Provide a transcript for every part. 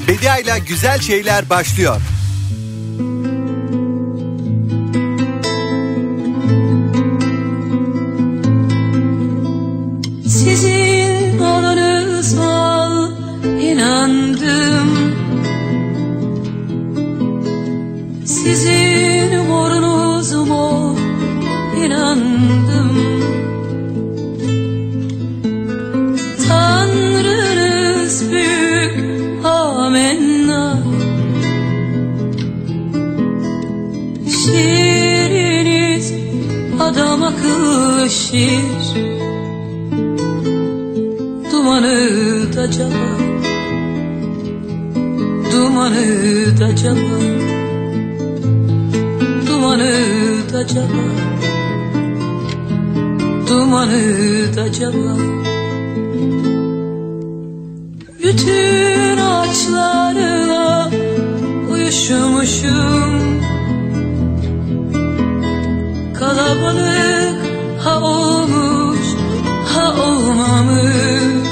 Bediayla güzel şeyler başlıyor. Sizin olanıza inandım, sizin umurunuzuma inandım. Tanrınız büyük, amenna. Şiiriniz adam akıllı şiir. Dumanı da cama, dumanı da cama, dumanı da cama, dumanı da cama. Bütün ağaçlarla uyuşmuşum, kalabalık ha olmuş ha olmamış.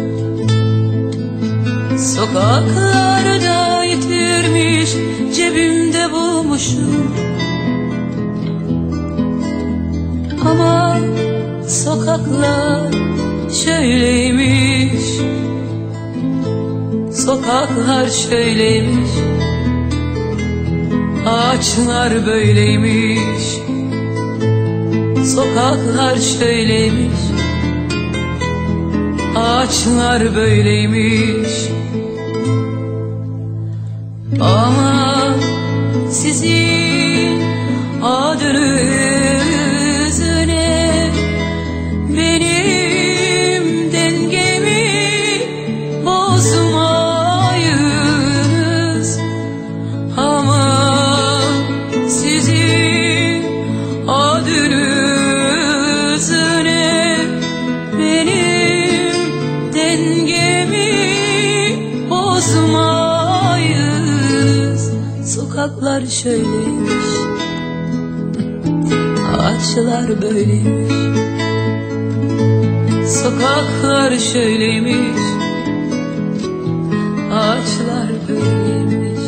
Sokaklarda yitirmiş, cebimde bulmuşum. Ama sokaklar şöyleymiş, sokaklar şöyleymiş, ağaçlar böyleymiş, sokaklar şöyleymiş, ağaçlar böyleymiş. Ama sizin adınız ne? Benim dengemi bozmayınız. Ama sizin adınız ne? Benim dengemi bozmayınız. Sokaklar şöyleymiş, ağaçlar böyleymiş, sokaklar şöyleymiş, ağaçlar böyleymiş.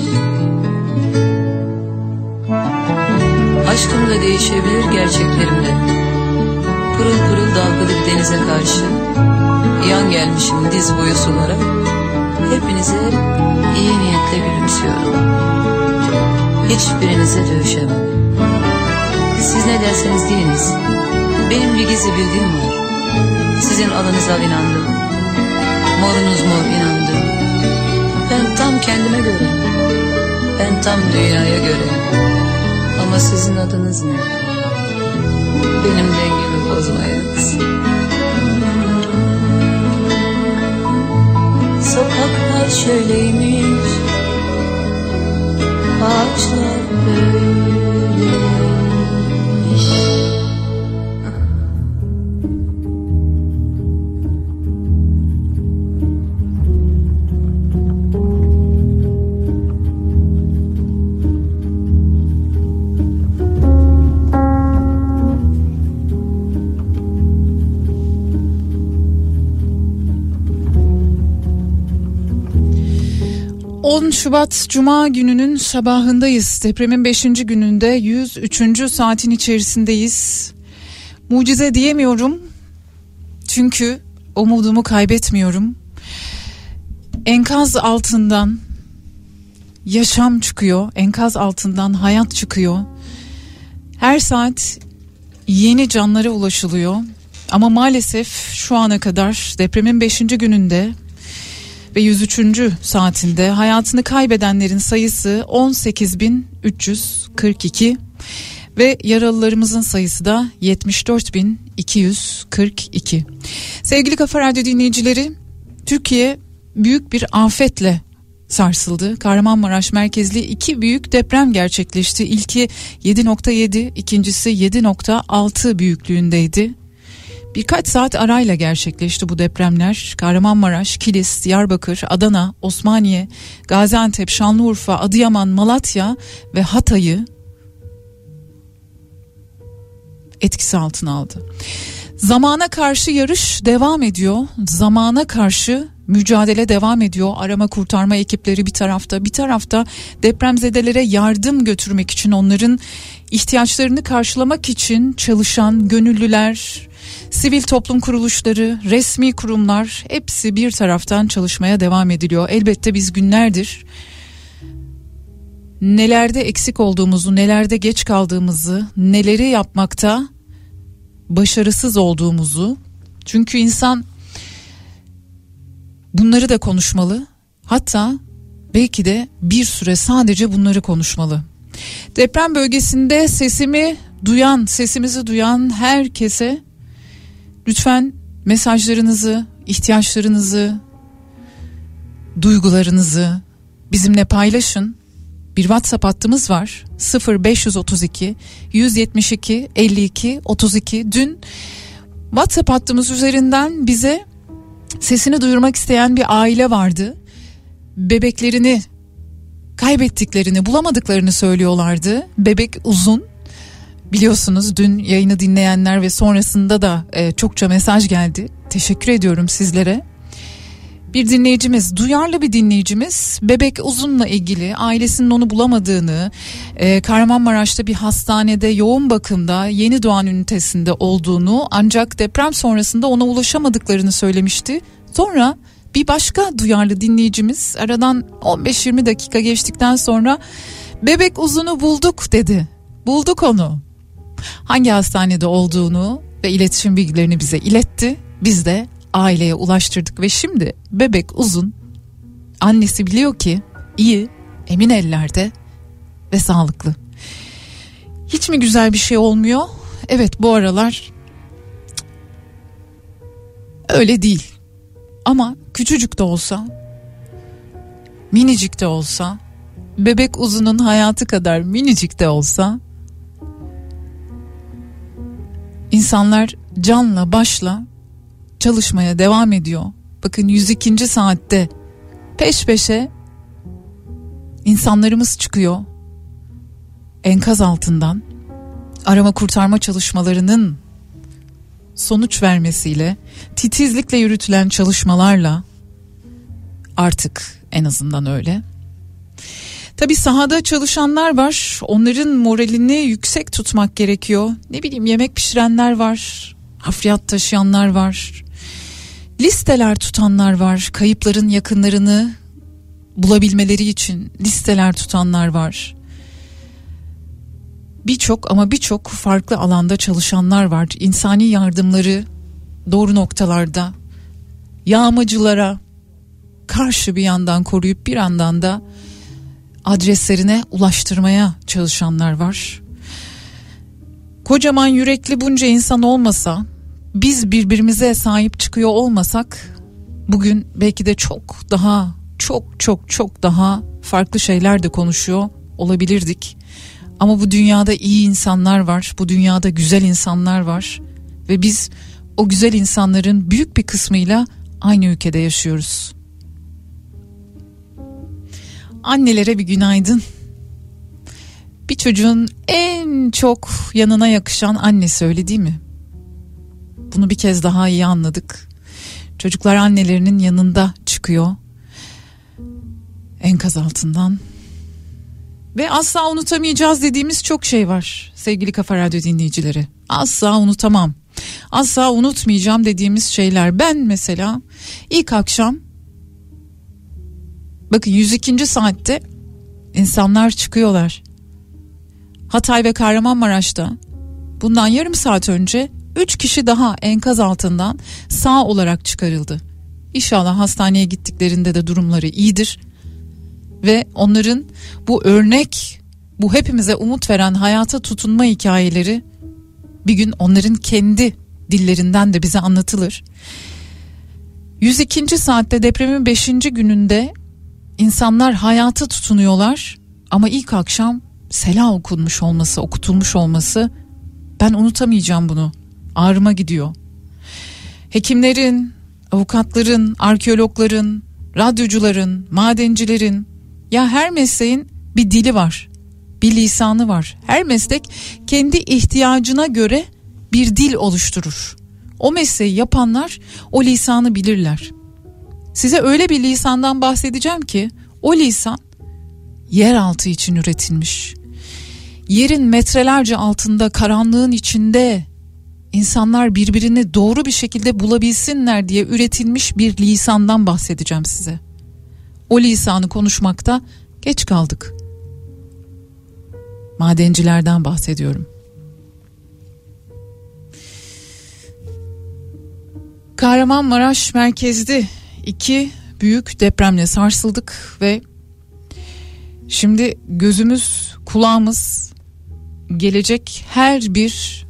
Aşkım da değişebilir, gerçeklerim de. Pırıl pırıl dalgalı bir denize karşı yan gelmişim diz boyu sulara. Hepinize iyi niyetle gülümsüyorum. Hiçbirinize dövüşemem. Siz ne derseniz deyiniz, benim bir gizli bildiğim var. Sizin adınıza inandım, morunuz mor inandım. Ben tam kendime göre, ben tam dünyaya göre. Ama sizin adınız ne? Benim dengemi bozmayınız. Sokaklar şöyleymiş, ağaçlar böyleymiş. Şubat Cuma gününün sabahındayız. Depremin 5. gününde 103. saatin içerisindeyiz. Mucize diyemiyorum. Çünkü umudumu kaybetmiyorum. Enkaz altından yaşam çıkıyor. Enkaz altından hayat çıkıyor. Her saat yeni canlara ulaşılıyor. Ama maalesef şu ana kadar depremin 5. gününde ve 103. saatinde hayatını kaybedenlerin sayısı 18.342 ve yaralılarımızın sayısı da 74.242. Sevgili Kafa Radyo dinleyicileri, Türkiye büyük bir afetle sarsıldı. Kahramanmaraş merkezli 2 büyük deprem gerçekleşti. İlki 7.7, ikincisi 7.6 büyüklüğündeydi. Birkaç saat arayla gerçekleşti bu depremler. Kahramanmaraş, Kilis, Diyarbakır, Adana, Osmaniye, Gaziantep, Şanlıurfa, Adıyaman, Malatya ve Hatay'ı etkisi altına aldı. Zamana karşı yarış devam ediyor. Zamana karşı mücadele devam ediyor. Arama kurtarma ekipleri bir tarafta depremzedelere yardım götürmek için, onların ihtiyaçlarını karşılamak için çalışan gönüllüler, sivil toplum kuruluşları, resmi kurumlar, hepsi bir taraftan çalışmaya devam ediliyor. Elbette biz günlerdir nelerde eksik olduğumuzu, nelerde geç kaldığımızı, neleri yapmakta başarısız olduğumuzu, çünkü insan bunları da konuşmalı. Hatta belki de bir süre sadece bunları konuşmalı. Deprem bölgesinde sesimizi duyan herkese lütfen mesajlarınızı, ihtiyaçlarınızı, duygularınızı bizimle paylaşın. Bir WhatsApp hattımız var. 0532 172 52 32. Dün WhatsApp hattımız üzerinden bize sesini duyurmak isteyen bir aile vardı. Bebeklerini kaybettiklerini, bulamadıklarını söylüyorlardı. Bebek Uzun. Biliyorsunuz dün yayını dinleyenler ve sonrasında da çokça mesaj geldi. Teşekkür ediyorum sizlere. Bir dinleyicimiz, duyarlı bir dinleyicimiz, Bebek Uzun'la ilgili ailesinin onu bulamadığını, Kahramanmaraş'ta bir hastanede yoğun bakımda yeni doğan ünitesinde olduğunu, ancak deprem sonrasında ona ulaşamadıklarını söylemişti. Sonra bir başka duyarlı dinleyicimiz aradan 15-20 dakika geçtikten sonra Bebek Uzun'u bulduk dedi. Bulduk onu. Hangi hastanede olduğunu ve iletişim bilgilerini bize iletti. Biz de aileye ulaştırdık ve şimdi Bebek Uzun, annesi biliyor ki iyi, emin ellerde ve sağlıklı. Hiç mi güzel bir şey olmuyor? Evet, bu aralar öyle değil. Ama küçücük de olsa, minicik de olsa, Bebek Uzun'un hayatı kadar minicik de olsa, insanlar canla başla çalışmaya devam ediyor. Bakın 102. saatte peş peşe insanlarımız çıkıyor enkaz altından. Arama kurtarma çalışmalarının sonuç vermesiyle, titizlikle yürütülen çalışmalarla, artık en azından öyle. Tabii sahada çalışanlar var. Onların moralini yüksek tutmak gerekiyor. Ne bileyim, yemek pişirenler var, hafriyat taşıyanlar var, listeler tutanlar var, kayıpların yakınlarını bulabilmeleri için listeler tutanlar var. Birçok farklı alanda çalışanlar var. İnsani yardımları doğru noktalarda, yağmacılara karşı bir yandan koruyup bir yandan da adreslerine ulaştırmaya çalışanlar var. Kocaman yürekli bunca insan olmasa, biz birbirimize sahip çıkıyor olmasak, bugün belki de çok daha farklı şeyler de konuşuyor olabilirdik. Ama bu dünyada iyi insanlar var, bu dünyada güzel insanlar var ve biz o güzel insanların büyük bir kısmıyla aynı ülkede yaşıyoruz. Annelere bir günaydın. Bir çocuğun en çok yanına yakışan annesi, öyle değil mi? Bunu bir kez daha iyi anladık. Çocuklar annelerinin yanında çıkıyor enkaz altından. Ve asla unutamayacağız dediğimiz çok şey var sevgili Kafa Radyo dinleyicileri. Asla unutamam, asla unutmayacağım dediğimiz şeyler. Ben mesela ilk akşam, bakın 102. saatte insanlar çıkıyorlar. Hatay ve Kahramanmaraş'ta bundan yarım saat önce 3 kişi daha enkaz altından sağ olarak çıkarıldı. İnşallah hastaneye gittiklerinde de durumları iyidir. Ve onların bu örnek, bu hepimize umut veren hayata tutunma hikayeleri bir gün onların kendi dillerinden de bize anlatılır. 102. saatte, depremin 5. gününde insanlar hayata tutunuyorlar ama ilk akşam sela okutulmuş olması, ben unutamayacağım bunu. Ağrıma gidiyor. Hekimlerin, avukatların, arkeologların, radyocuların, madencilerin, ya her mesleğin bir dili var, bir lisanı var. Her meslek kendi ihtiyacına göre bir dil oluşturur. O mesleği yapanlar o lisanı bilirler. Size öyle bir lisandan bahsedeceğim ki o lisan yeraltı için üretilmiş. Yerin metrelerce altında, karanlığın içinde insanlar birbirini doğru bir şekilde bulabilsinler diye üretilmiş bir lisandan bahsedeceğim size. O lisanı konuşmakta geç kaldık. Madencilerden bahsediyorum. Kahramanmaraş merkezli 2 büyük depremle sarsıldık ve şimdi gözümüz, kulağımız gelecek her bir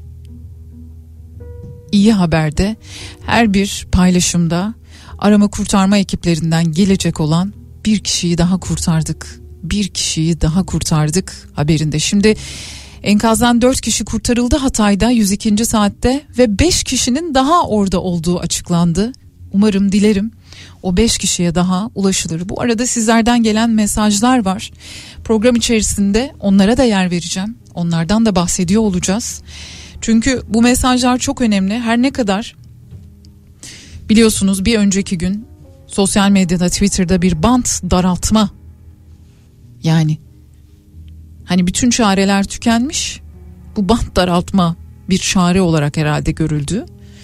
iyi haberde, her bir paylaşımda arama kurtarma ekiplerinden gelecek olan bir kişiyi daha kurtardık. Bir kişiyi daha kurtardık haberinde. Şimdi enkazdan 4 kişi kurtarıldı Hatay'da 102. saatte ve 5 kişinin daha orada olduğu açıklandı. Umarım, dilerim o 5 kişiye daha ulaşılır. Bu arada sizlerden gelen mesajlar var. Program içerisinde onlara da yer vereceğim. Onlardan da bahsediyor olacağız. Çünkü bu mesajlar çok önemli. Her ne kadar biliyorsunuz bir önceki gün sosyal medyada, Twitter'da bir bant daraltma, yani hani bütün çareler tükenmiş, bu bant daraltma bir çare olarak herhalde görüldü.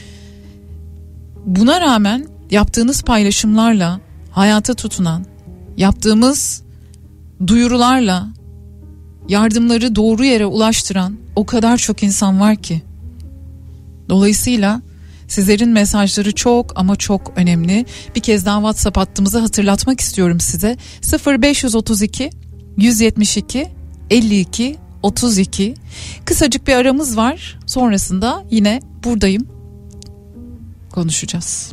Buna rağmen yaptığınız paylaşımlarla hayata tutunan, yaptığımız duyurularla yardımları doğru yere ulaştıran o kadar çok insan var ki. Dolayısıyla sizlerin mesajları çok ama çok önemli. Bir kez daha WhatsApp hattımızı hatırlatmak istiyorum size. 0532 172 52 32. Kısacık bir aramız var. Sonrasında yine buradayım. Konuşacağız.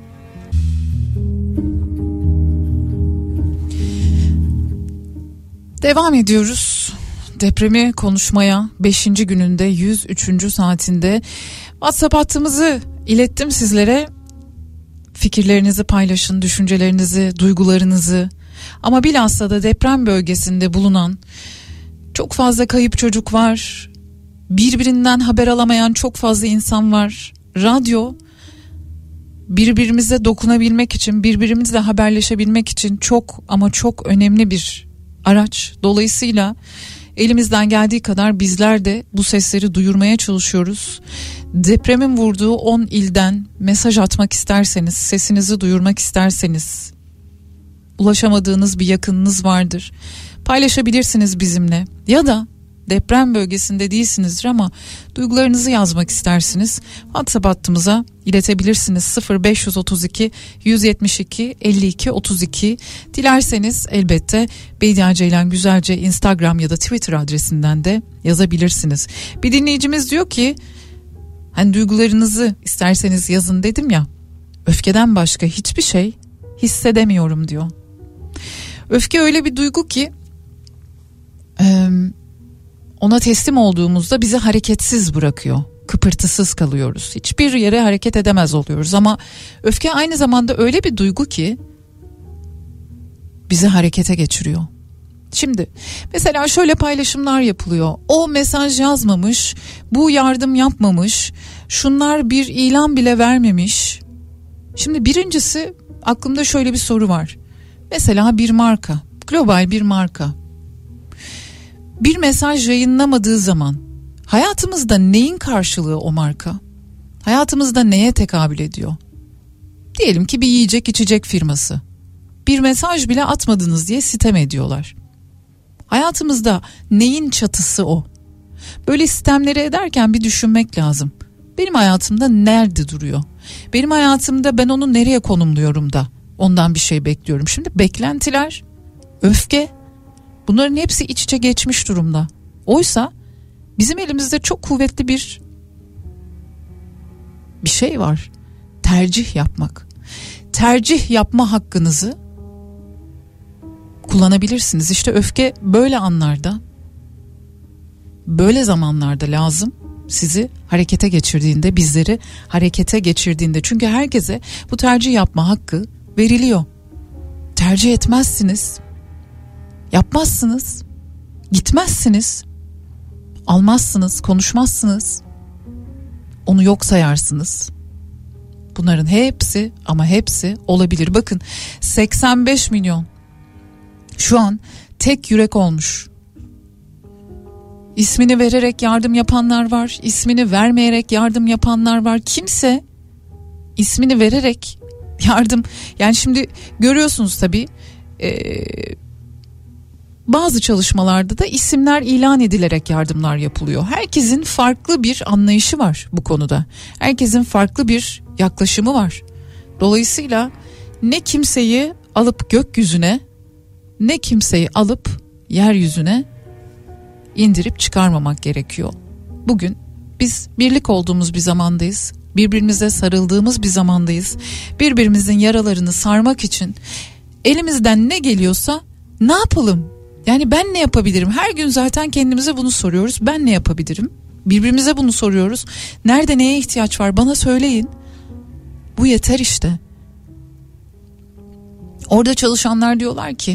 Devam ediyoruz depremi konuşmaya. 5. gününde, 103. saatinde WhatsApp hattımızı ilettim sizlere. Fikirlerinizi paylaşın, düşüncelerinizi, duygularınızı. Ama bilhassa da deprem bölgesinde bulunan çok fazla kayıp çocuk var. Birbirinden haber alamayan çok fazla insan var. Radyo birbirimize dokunabilmek için, birbirimizle haberleşebilmek için çok ama çok önemli bir araç. Dolayısıyla elimizden geldiği kadar bizler de bu sesleri duyurmaya çalışıyoruz. Depremin vurduğu 10 ilden mesaj atmak isterseniz, sesinizi duyurmak isterseniz, ulaşamadığınız bir yakınınız vardır, paylaşabilirsiniz bizimle. Ya da deprem bölgesinde değilsinizdir ama duygularınızı yazmak istersiniz, WhatsApp hattımıza iletebilirsiniz. 0532 172 52 32. Dilerseniz elbette Bediye Ceylan Güzelce Instagram ya da Twitter adresinden de yazabilirsiniz. Bir dinleyicimiz diyor ki, hani duygularınızı isterseniz yazın dedim ya, öfkeden başka hiçbir şey hissedemiyorum diyor. Öfke öyle bir duygu ki ona teslim olduğumuzda bizi hareketsiz bırakıyor. Kıpırtısız kalıyoruz. Hiçbir yere hareket edemez oluyoruz. Ama öfke aynı zamanda öyle bir duygu ki bizi harekete geçiriyor. Şimdi mesela şöyle paylaşımlar yapılıyor. O mesaj yazmamış, bu yardım yapmamış, şunlar bir ilan bile vermemiş. Şimdi birincisi, aklımda şöyle bir soru var. Mesela bir marka, global bir marka bir mesaj yayınlamadığı zaman hayatımızda neyin karşılığı o marka? Hayatımızda neye tekabül ediyor? Diyelim ki bir yiyecek içecek firması. Bir mesaj bile atmadınız diye sitem ediyorlar. Hayatımızda neyin çatısı o? Böyle sistemleri ederken bir düşünmek lazım. Benim hayatımda nerede duruyor? Benim hayatımda ben onu nereye konumluyorum da ondan bir şey bekliyorum? Şimdi beklentiler, öfke, bunların hepsi iç içe geçmiş durumda. Oysa bizim elimizde çok kuvvetli bir şey var. Tercih yapmak. Tercih yapma hakkınızı kullanabilirsiniz. İşte öfke böyle anlarda, böyle zamanlarda lazım. Sizi harekete geçirdiğinde, bizleri harekete geçirdiğinde. Çünkü herkese bu tercih yapma hakkı veriliyor. Tercih etmezsiniz, yapmazsınız, gitmezsiniz, almazsınız, konuşmazsınız, onu yok sayarsınız. Bunların hepsi ama hepsi olabilir. Bakın 85 milyon şu an tek yürek olmuş. İsmini vererek yardım yapanlar var, ismini vermeyerek yardım yapanlar var. Kimse ismini vererek yardım, yani şimdi görüyorsunuz tabii bazı çalışmalarda da isimler ilan edilerek yardımlar yapılıyor. Herkesin farklı bir anlayışı var bu konuda. Herkesin farklı bir yaklaşımı var. Dolayısıyla ne kimseyi alıp gökyüzüne, ne kimseyi alıp yeryüzüne indirip çıkarmamak gerekiyor. Bugün biz birlik olduğumuz bir zamandayız. Birbirimize sarıldığımız bir zamandayız. Birbirimizin yaralarını sarmak için elimizden ne geliyorsa ne yapalım? Yani ben ne yapabilirim? Her gün zaten kendimize bunu soruyoruz. Ben ne yapabilirim? Birbirimize bunu soruyoruz. Nerede neye ihtiyaç var? Bana söyleyin. Bu yeter işte. Orada çalışanlar diyorlar ki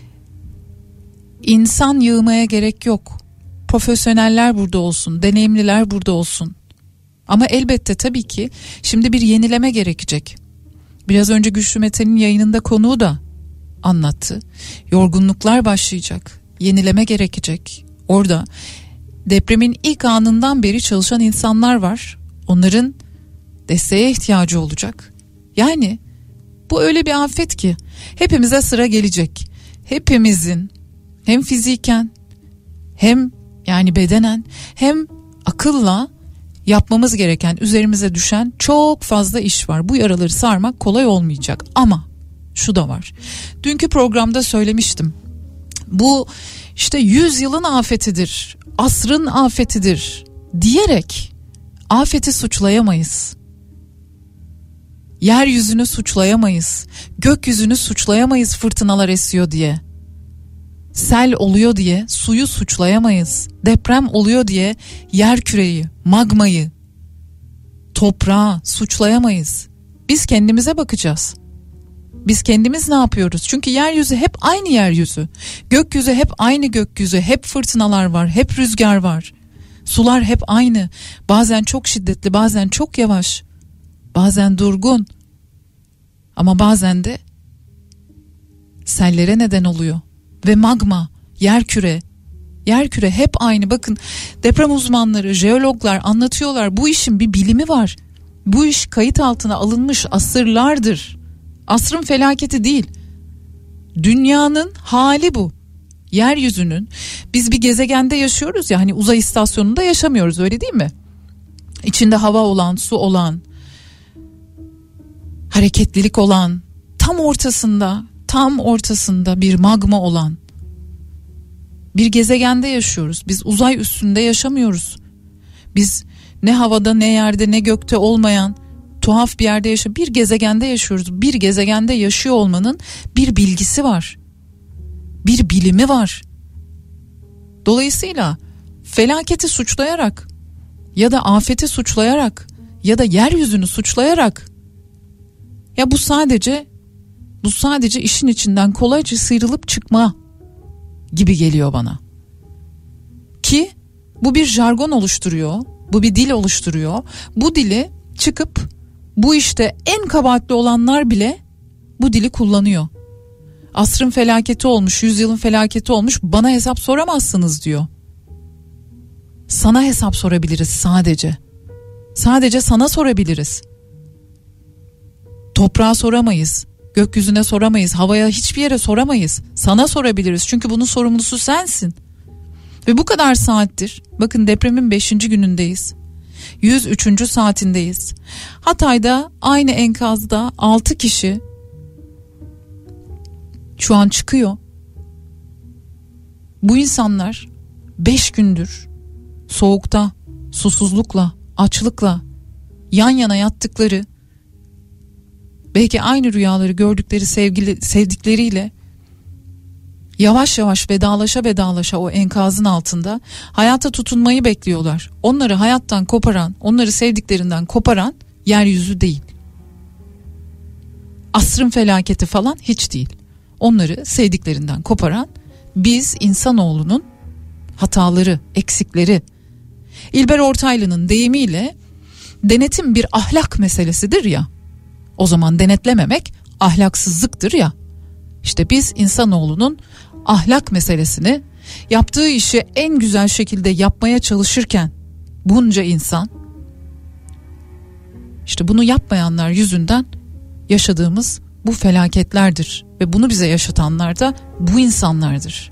insan yığmaya gerek yok. Profesyoneller burada olsun, deneyimliler burada olsun. Ama elbette tabii ki şimdi bir yenileme gerekecek. Biraz önce Güçlü Mete'nin yayınında konuğu da anlattı. Yorgunluklar başlayacak, yenileme gerekecek. Orada depremin ilk anından beri çalışan insanlar var. Onların desteğe ihtiyacı olacak. Yani bu öyle bir afet ki hepimize sıra gelecek. Hepimizin hem fiziken hem yani bedenen hem akılla yapmamız gereken, üzerimize düşen çok fazla iş var. Bu yaraları sarmak kolay olmayacak ama şu da var. Dünkü programda söylemiştim. Bu işte 100 yılın afetidir, asrın afetidir diyerek afeti suçlayamayız. Yeryüzünü suçlayamayız. Gökyüzünü suçlayamayız fırtınalar esiyor diye. Sel oluyor diye suyu suçlayamayız. Deprem oluyor diye yerküreyi, magmayı, toprağı suçlayamayız. Biz kendimize bakacağız. Biz kendimiz ne yapıyoruz? Çünkü yeryüzü hep aynı yeryüzü. Gökyüzü hep aynı gökyüzü. Hep fırtınalar var, hep rüzgar var. Sular hep aynı. Bazen çok şiddetli, bazen çok yavaş. Bazen durgun. Ama bazen de sellere neden oluyor. Ve magma, yerküre hep aynı. Bakın deprem uzmanları, jeologlar anlatıyorlar. Bu işin bir bilimi var. Bu iş kayıt altına alınmış asırlardır. Asrın felaketi değil. Dünyanın hali bu. Yeryüzünün, biz bir gezegende yaşıyoruz ya, hani uzay istasyonunda yaşamıyoruz, öyle değil mi? İçinde hava olan, su olan, hareketlilik olan, tam ortasında bir magma olan bir gezegende yaşıyoruz. Biz uzay üstünde yaşamıyoruz. Biz ne havada, ne yerde, ne gökte olmayan tuhaf bir yerde yaşıyoruz. Bir gezegende yaşıyoruz. Bir gezegende yaşıyor olmanın bir bilgisi var. Bir bilimi var. Dolayısıyla felaketi suçlayarak ya da afeti suçlayarak ya da yeryüzünü suçlayarak, ya bu sadece işin içinden kolayca sıyrılıp çıkma gibi geliyor bana. Ki bu bir jargon oluşturuyor, bu bir dil oluşturuyor. Bu dili çıkıp bu işte en kabahatli olanlar bile bu dili kullanıyor. Asrın felaketi olmuş, 100 yılın felaketi olmuş, bana hesap soramazsınız diyor. Sana hesap sorabiliriz sadece. Sadece sana sorabiliriz. Toprağa soramayız, gökyüzüne soramayız, havaya, hiçbir yere soramayız. Sana sorabiliriz çünkü bunun sorumlusu sensin. Ve bu kadar saattir, bakın depremin 5. günündeyiz. 103. saatindeyiz. Hatay'da aynı enkazda 6 kişi şu an çıkıyor. Bu insanlar 5 gündür soğukta, susuzlukla, açlıkla yan yana yattıkları, belki aynı rüyaları gördükleri sevdikleriyle yavaş yavaş vedalaşa o enkazın altında hayata tutunmayı bekliyorlar. Onları hayattan koparan, onları sevdiklerinden koparan yeryüzü değil. Asrın felaketi falan hiç değil. Onları sevdiklerinden koparan biz, insanoğlunun hataları, eksikleri. İlber Ortaylı'nın deyimiyle denetim bir ahlak meselesidir ya. O zaman denetlememek ahlaksızlıktır ya. İşte biz insanoğlunun ahlak meselesini, yaptığı işi en güzel şekilde yapmaya çalışırken bunca insan, işte bunu yapmayanlar yüzünden yaşadığımız bu felaketlerdir ve bunu bize yaşatanlar da bu insanlardır.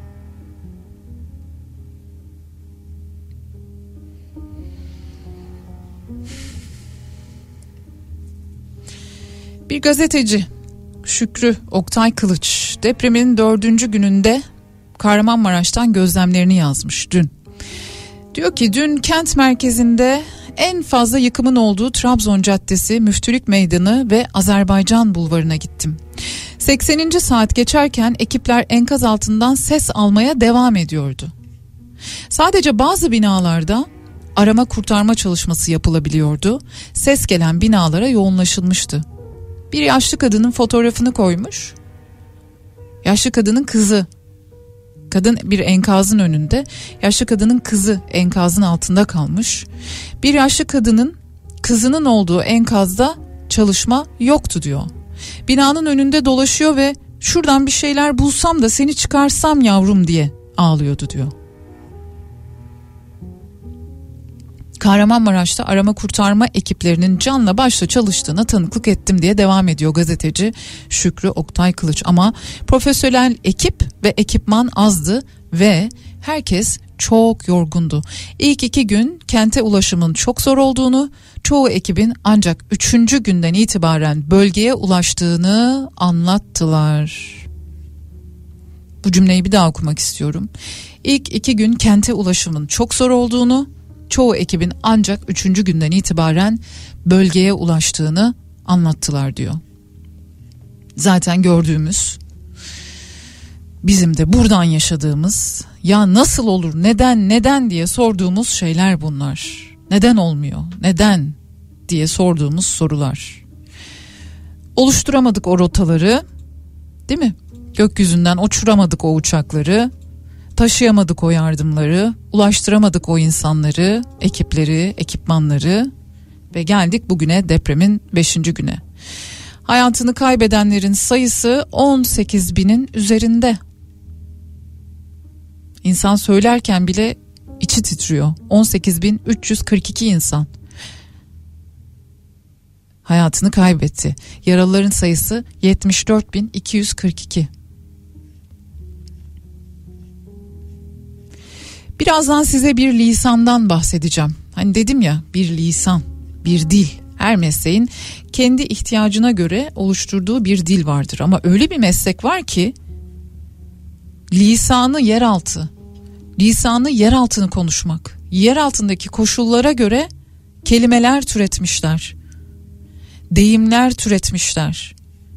Bir gazeteci Şükrü Oktay Kılıç depremin 4. gününde Kahramanmaraş'tan gözlemlerini yazmış dün. Diyor ki dün kent merkezinde en fazla yıkımın olduğu Trabzon Caddesi, Müftülük Meydanı ve Azerbaycan Bulvarı'na gittim. 80. saat geçerken ekipler enkaz altından ses almaya devam ediyordu. Sadece bazı binalarda arama kurtarma çalışması yapılabiliyordu. Ses gelen binalara yoğunlaşılmıştı. Bir yaşlı kadının fotoğrafını koymuş. Yaşlı kadının kızı. Kadın bir enkazın önünde. Yaşlı kadının kızı enkazın altında kalmış. Bir yaşlı kadının kızının olduğu enkazda çalışma yoktu diyor. Binanın önünde dolaşıyor ve şuradan bir şeyler bulsam da seni çıkarsam yavrum diye ağlıyordu diyor. Kahramanmaraş'ta arama kurtarma ekiplerinin canla başla çalıştığına tanıklık ettim diye devam ediyor gazeteci Şükrü Oktay Kılıç. Ama profesyonel ekip ve ekipman azdı ve herkes çok yorgundu. İlk 2 gün kente ulaşımın çok zor olduğunu, çoğu ekibin ancak 3. günden itibaren bölgeye ulaştığını anlattılar. Bu cümleyi bir daha okumak istiyorum. İlk 2 gün kente ulaşımın çok zor olduğunu, çoğu ekibin ancak 3. günden itibaren bölgeye ulaştığını anlattılar diyor. Zaten gördüğümüz, bizim de buradan yaşadığımız, ya nasıl olur, neden diye sorduğumuz şeyler bunlar. Neden olmuyor, neden diye sorduğumuz sorular. Oluşturamadık o rotaları, değil mi? Gökyüzünden uçuramadık o uçakları. Taşıyamadık o yardımları, ulaştıramadık o insanları, ekipleri, ekipmanları ve geldik bugüne, depremin 5. güne. Hayatını kaybedenlerin sayısı 18.000'in üzerinde. İnsan söylerken bile içi titriyor. 18.342 insan hayatını kaybetti. Yaralıların sayısı 74.242. Birazdan size bir lisandan bahsedeceğim. Hani dedim ya, bir lisan, bir dil. Her mesleğin kendi ihtiyacına göre oluşturduğu bir dil vardır. Ama öyle bir meslek var ki lisanı yeraltı. Lisanı yer altını konuşmak. Yer altındaki koşullara göre kelimeler türetmişler. Deyimler türetmişler.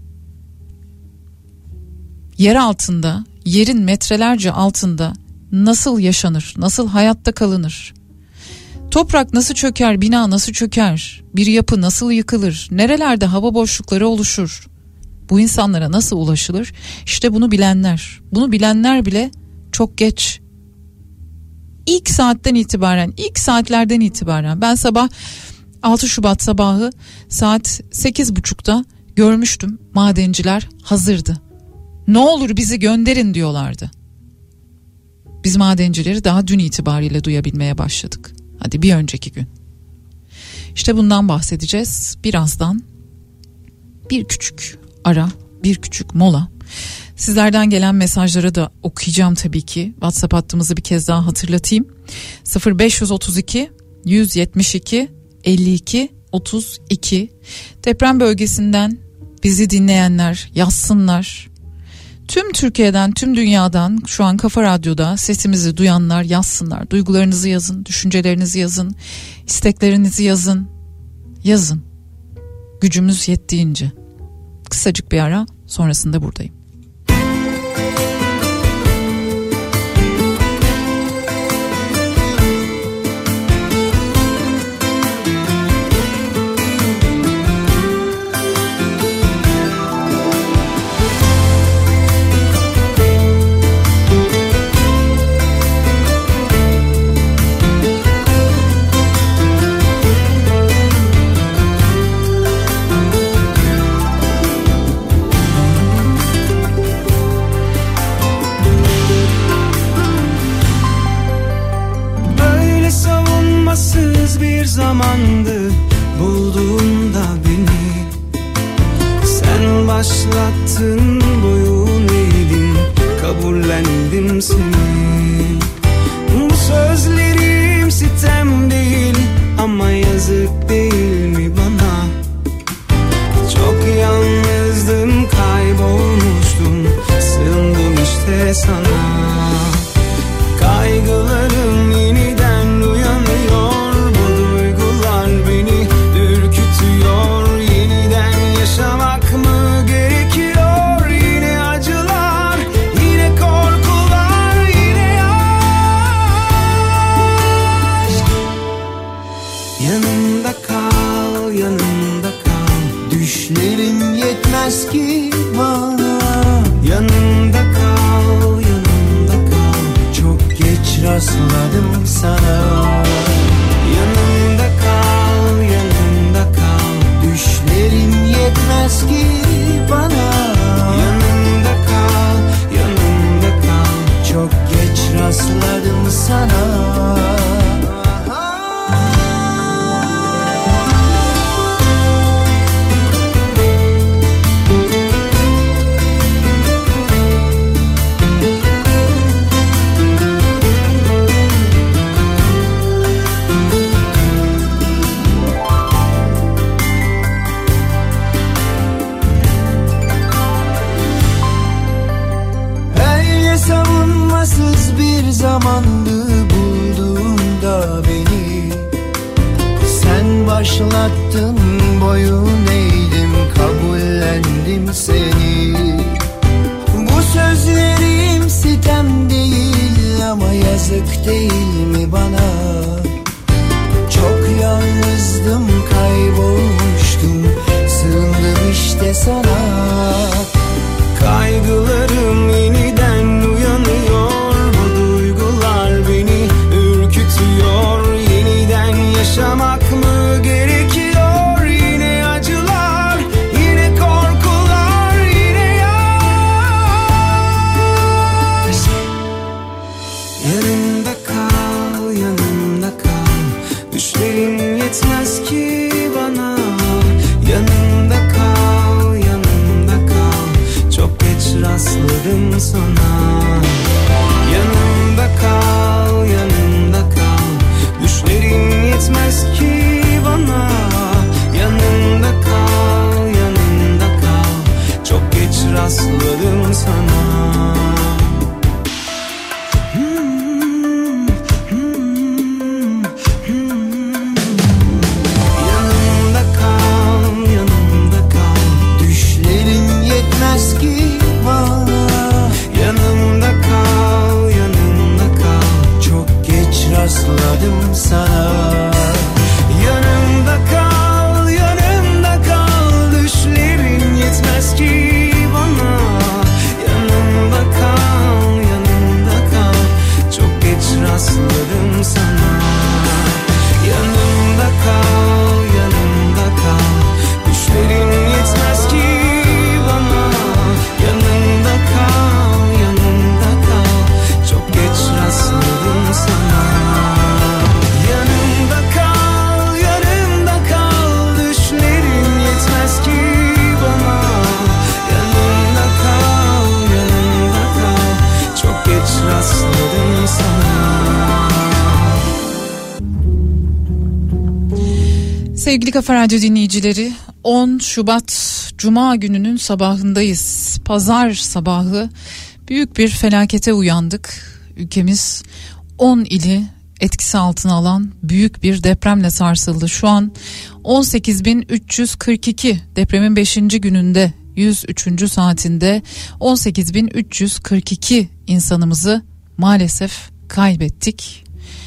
Yer altında, yerin metrelerce altında nasıl yaşanır, nasıl hayatta kalınır? Toprak nasıl çöker, bina nasıl çöker, bir yapı nasıl yıkılır, nerelerde hava boşlukları oluşur? Bu insanlara nasıl ulaşılır? İşte bunu bilenler. Bunu bilenler bile çok geç. İlk saatlerden itibaren ben sabah 6 Şubat sabahı saat 8.30'da görmüştüm, madenciler hazırdı. Ne olur bizi gönderin diyorlardı. Biz madencileri daha dün itibariyle duyabilmeye başladık. Hadi bir önceki gün. İşte bundan bahsedeceğiz birazdan. Bir küçük ara, bir küçük mola. Sizlerden gelen mesajları da okuyacağım tabii ki. WhatsApp hattımızı bir kez daha hatırlatayım. 0532 172 52 32. Deprem bölgesinden bizi dinleyenler yazsınlar. Tüm Türkiye'den, tüm dünyadan şu an Kafa Radyo'da sesimizi duyanlar yazsınlar. Duygularınızı yazın, düşüncelerinizi yazın, isteklerinizi yazın. Yazın. Gücümüz yettiğince. Kısacık bir ara, sonrasında buradayım. Yaşanmaz bir zamandı bulduğunda beni. Sen başlattın, boyun eğdim, kabullendim seni. Bu sözlerim sitem değil ama yazık değil mi bana? Çok yalnızdım, kaybolmuştum, sığındım işte sana. Kaygılarım yeniden uyanıyor, bu duygular beni ürkütüyor. Yeniden yaşamak mı gerekiyor? Yine acılar, yine korkular, yine aşk. Yanımda kal, yanımda kal, düşlerim yetmez ki bana. Yanımda kal, yanımda kal, çok geç rastladım sana. Yanımda kal, yanımda kal, düşlerim yetmez ki bana. Yanımda kal, yanımda kal, çok geç rastladım sana. Bir zamandı bulduğunda beni. Sen başlattın, boyun eğdim, kabullendim seni. Bu sözlerim sitem değil ama yazık değil mi bana? Çok yalnızdım, kaybolmuştum, sığındım işte sana. Kaygılarım yeniden uyanıyor, yeniden yaşamak mı gerekiyor? Yine acılar, yine korkular, yine aşk. Yanımda kal, yanımda kal, düşlerim yetmez ki bana. Yanımda kal, yanımda kal, çok geç rastladım sana. Yanımda kal, yanımda kal, düşlerin yetmez ki bana. Yanımda kal, yanımda kal, çok geç rastladım sana. Yanımda kal, yanımda kal, düşlerin yetmez ki bana. Yanımda kal, yanımda kal, çok geç rastladım sana. Yanımda kal, yanımda kal, düşlerin yetmez ki bana. Yanımda kal, yanımda kal, çok geç rastladım sana. Yanımda kal, yanımda kal, düşlerin yetmez ki bana. Yanımda kal, yanımda kal, çok geç rastladım sana. Yanımda kal, yanımda kal, düşlerin yetmez ki bana. Yanımda kal, yanımda kal, çok geç rastladım sana. Sevgili Kafa Radyo dinleyicileri, 10 Şubat Cuma gününün sabahındayız. Pazar sabahı büyük bir felakete uyandık. Ülkemiz 10 ili etkisi altına alan büyük bir depremle sarsıldı. Şu an 18.342 depremin 5. gününde 103. saatinde 18.342 insanımızı maalesef kaybettik.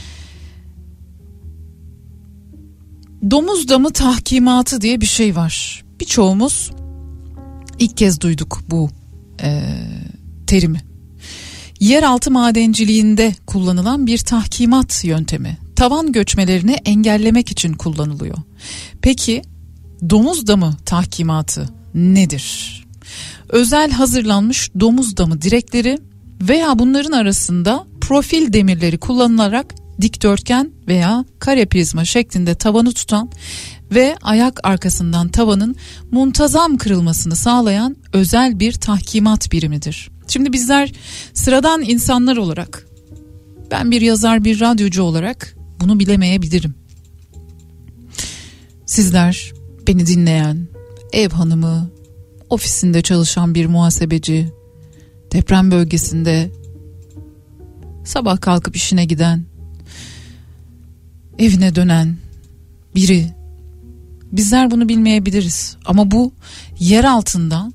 Domuz damı tahkimatı diye bir şey var. Birçoğumuz ilk kez duyduk bu terimi. Yeraltı madenciliğinde kullanılan bir tahkimat yöntemi. Tavan göçmelerini engellemek için kullanılıyor. Peki domuz damı tahkimatı nedir? Özel hazırlanmış domuz damı direkleri veya bunların arasında profil demirleri kullanılarak dikdörtgen veya kare prizma şeklinde tavanı tutan ve ayak arkasından tavanın muntazam kırılmasını sağlayan özel bir tahkimat birimidir. Şimdi bizler sıradan insanlar olarak, ben bir yazar, bir radyocu olarak bunu bilemeyebilirim. Sizler, beni dinleyen, ev hanımı, ofisinde çalışan bir muhasebeci, deprem bölgesinde sabah kalkıp işine giden, evine dönen biri, bizler bunu bilmeyebiliriz. Ama bu yer altında,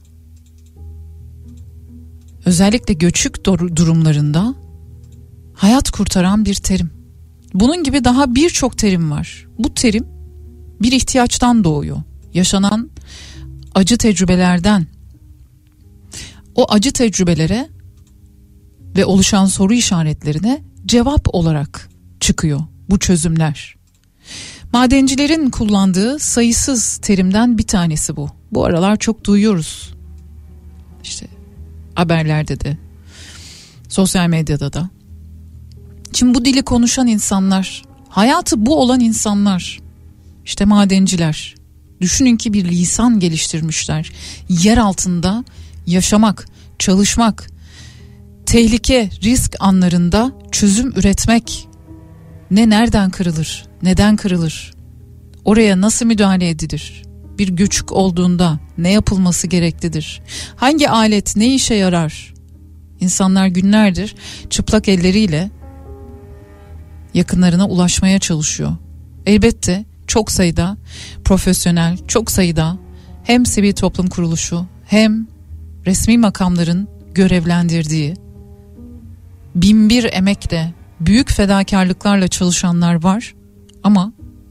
özellikle göçük durumlarında hayat kurtaran bir terim. Bunun gibi daha birçok terim var. Bu terim bir ihtiyaçtan doğuyor. Yaşanan acı tecrübelerden. O acı tecrübelere ve oluşan soru işaretlerine cevap olarak çıkıyor bu çözümler. Madencilerin kullandığı sayısız terimden bir tanesi bu. Bu aralar çok duyuyoruz. İşte haberlerde de, sosyal medyada da. Şimdi bu dili konuşan insanlar, hayatı bu olan insanlar, işte madenciler. Düşünün ki bir lisan geliştirmişler. Yer altında yaşamak, çalışmak, tehlike, risk anlarında çözüm üretmek. Nereden kırılır, neden kırılır, oraya nasıl müdahale edilir, bir göçük olduğunda ne yapılması gereklidir, hangi alet ne işe yarar? İnsanlar günlerdir çıplak elleriyle yakınlarına ulaşmaya çalışıyor. Elbette çok sayıda profesyonel, çok sayıda hem sivil toplum kuruluşu hem resmi makamların görevlendirdiği, binbir emekle, büyük fedakarlıklarla çalışanlar var. Ama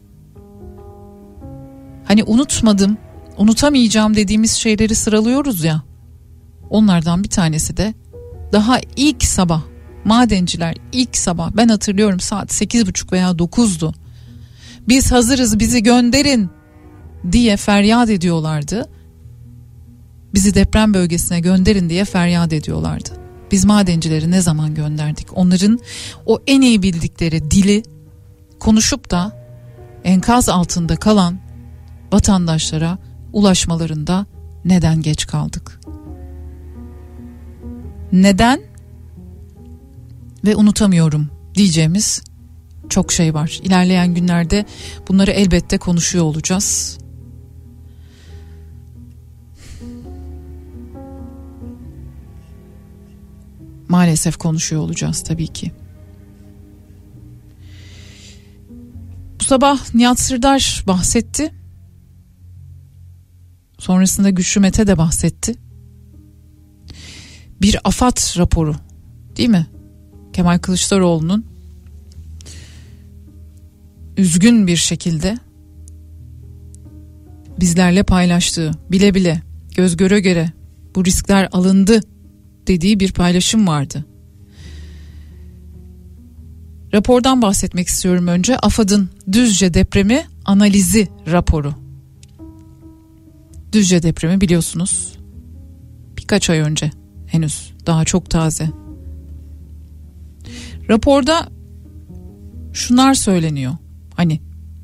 hani unutmadım, unutamayacağım dediğimiz şeyleri sıralıyoruz ya. Onlardan bir tanesi de daha ilk sabah, madenciler ilk sabah, ben hatırlıyorum, saat 8.30 veya 9'du. Biz hazırız, bizi gönderin diye feryat ediyorlardı. Bizi deprem bölgesine gönderin diye feryat ediyorlardı. Biz madencileri ne zaman gönderdik? Onların o en iyi bildikleri dili konuşup da enkaz altında kalan vatandaşlara ulaşmalarında neden geç kaldık? Neden ve unutamıyorum diyeceğimiz çok şey var. İlerleyen günlerde bunları elbette konuşuyor olacağız. Maalesef konuşuyor olacağız tabii ki. Bu sabah Nihat Sırdar bahsetti. Sonrasında Güçlü Mete de bahsetti. Bir AFAD raporu, değil mi? Kemal Kılıçdaroğlu'nun üzgün bir şekilde bizlerle paylaştığı, bile bile, göz göre göre bu riskler alındı dediği bir paylaşım vardı. Rapordan bahsetmek istiyorum önce. AFAD'ın Düzce depremi analizi raporu. Düzce depremi biliyorsunuz birkaç ay önce, henüz daha çok taze. Raporda şunlar söyleniyor. Hani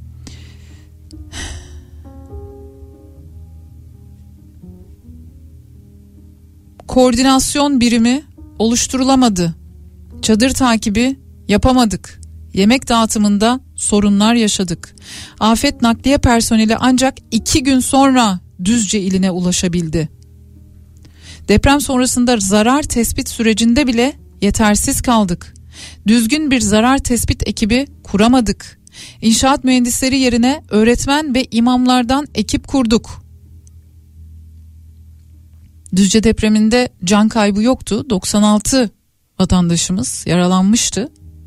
koordinasyon birimi oluşturulamadı. Çadır takibi yapamadık. Yemek dağıtımında sorunlar yaşadık. Afet nakliye personeli ancak 2 gün sonra Düzce iline ulaşabildi. Deprem sonrasında zarar tespit sürecinde bile yetersiz kaldık. Düzgün bir zarar tespit ekibi kuramadık. İnşaat mühendisleri yerine öğretmen ve imamlardan ekip kurduk. Düzce depreminde can kaybı yoktu. 96 vatandaşımız yaralanmıştı.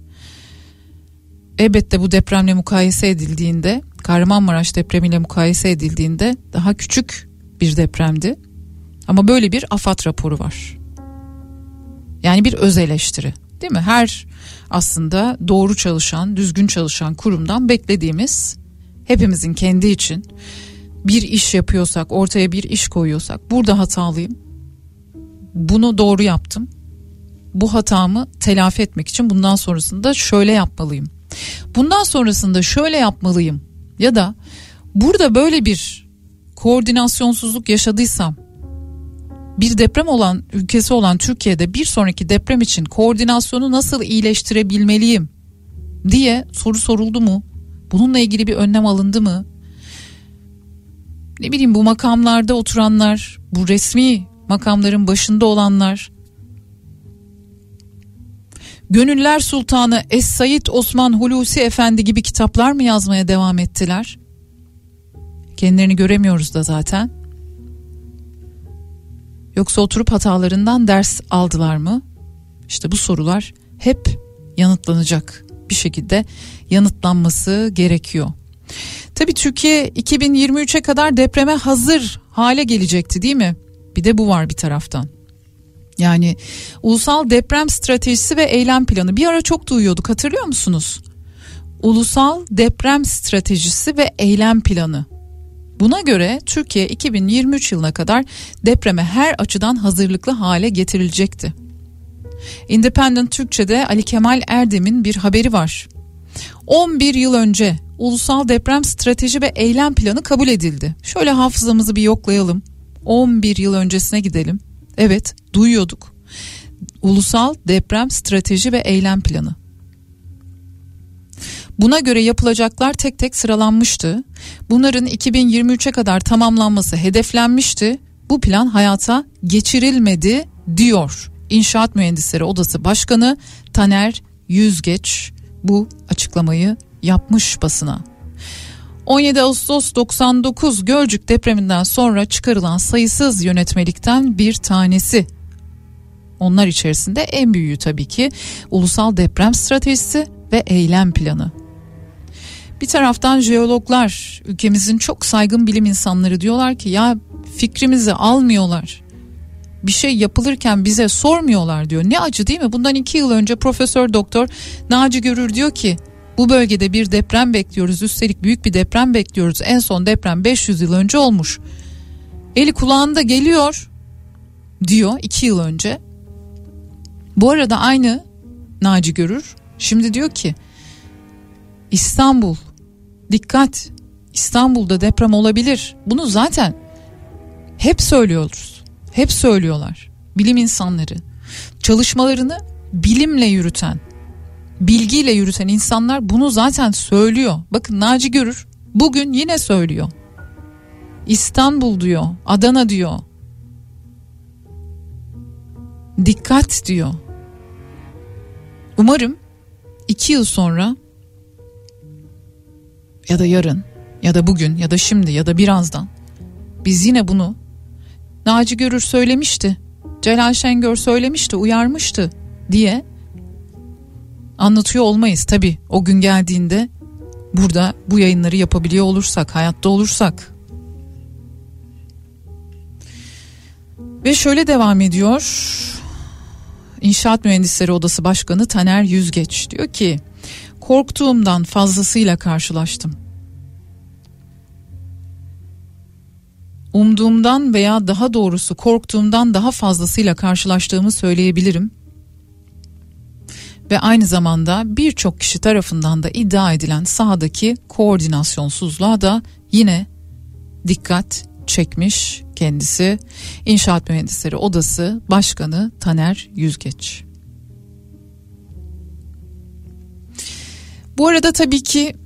Elbette bu depremle mukayese edildiğinde, Kahramanmaraş depremiyle mukayese edildiğinde daha küçük bir depremdi. Ama böyle bir AFAD raporu var. Yani bir öz eleştiri, değil mi? Her aslında doğru çalışan, düzgün çalışan kurumdan beklediğimiz, hepimizin kendi için bir iş yapıyorsak, ortaya bir iş koyuyorsak, burada hatalıyım, bunu doğru yaptım, bu hatamı telafi etmek için bundan sonrasında şöyle yapmalıyım. Bundan sonrasında şöyle yapmalıyım ya da burada böyle bir koordinasyonsuzluk yaşadıysam, bir deprem olan ülkesi olan Türkiye'de bir sonraki deprem için koordinasyonu nasıl iyileştirebilmeliyim diye soru soruldu mu? Bununla ilgili bir önlem alındı mı? Ne bileyim, bu makamlarda oturanlar, bu resmi makamların başında olanlar, Gönüller Sultanı Es-Said Osman Hulusi Efendi gibi kitaplar mı yazmaya devam ettiler? Kendilerini göremiyoruz da zaten. Yoksa oturup hatalarından ders aldılar mı? İşte bu sorular hep yanıtlanacak, bir şekilde yanıtlanması gerekiyor. Tabii Türkiye 2023'e kadar depreme hazır hale gelecekti, değil mi? Bir de bu var bir taraftan. Yani Ulusal Deprem Stratejisi ve Eylem Planı, bir ara çok duyuyorduk, hatırlıyor musunuz? Ulusal Deprem Stratejisi ve Eylem Planı. Buna göre Türkiye 2023 yılına kadar depreme her açıdan hazırlıklı hale getirilecekti. Independent Türkçe'de Ali Kemal Erdem'in bir haberi var. 11 yıl önce Ulusal Deprem Strateji ve Eylem Planı kabul edildi. Şöyle hafızamızı bir yoklayalım. 11 yıl öncesine gidelim. Evet, duyuyorduk. Ulusal Deprem Strateji ve Eylem Planı. Buna göre yapılacaklar tek tek sıralanmıştı. Bunların 2023'e kadar tamamlanması hedeflenmişti. Bu plan hayata geçirilmedi diyor İnşaat Mühendisleri Odası Başkanı Taner Yüzgeç bu açıklamayı yapmış basına. 17 Ağustos 99 Gölcük depreminden sonra çıkarılan sayısız yönetmelikten bir tanesi. Onlar içerisinde en büyüğü tabii ki Ulusal Deprem Stratejisi ve Eylem Planı. Bir taraftan jeologlar, ülkemizin çok saygın bilim insanları diyorlar ki ya fikrimizi almıyorlar. Bir şey yapılırken bize sormuyorlar diyor. Ne acı, değil mi? Bundan 2 yıl önce Profesör Doktor Naci Görür diyor ki bu bölgede bir deprem bekliyoruz. Üstelik büyük bir deprem bekliyoruz. En son deprem 500 yıl önce olmuş. Eli kulağında geliyor diyor 2 yıl önce. Bu arada aynı Naci Görür şimdi diyor ki İstanbul, dikkat, İstanbul'da deprem olabilir. Bunu zaten hep söylüyoruz. Hep söylüyorlar. Bilim insanları, çalışmalarını bilimle yürüten, bilgiyle yürüten insanlar bunu zaten söylüyor. Bakın Naci Görür bugün yine söylüyor. İstanbul diyor, Adana diyor. Dikkat diyor. Umarım 2 yıl sonra ya da yarın ya da bugün ya da şimdi ya da birazdan biz yine bunu Naci Görür söylemişti, Celal Şengör söylemişti, uyarmıştı diye anlatıyor olmayız. Tabii o gün geldiğinde burada bu yayınları yapabiliyor olursak, hayatta olursak. Ve şöyle devam ediyor. İnşaat Mühendisleri Odası Başkanı Taner Yüzgeç diyor ki korktuğumdan fazlasıyla karşılaştım. Umduğumdan veya daha doğrusu korktuğumdan daha fazlasıyla karşılaştığımı söyleyebilirim. Ve aynı zamanda birçok kişi tarafından da iddia edilen sahadaki koordinasyonsuzluğa da yine dikkat çekmiş kendisi İnşaat Mühendisleri Odası Başkanı Taner Yüzgeç. Bu arada tabii ki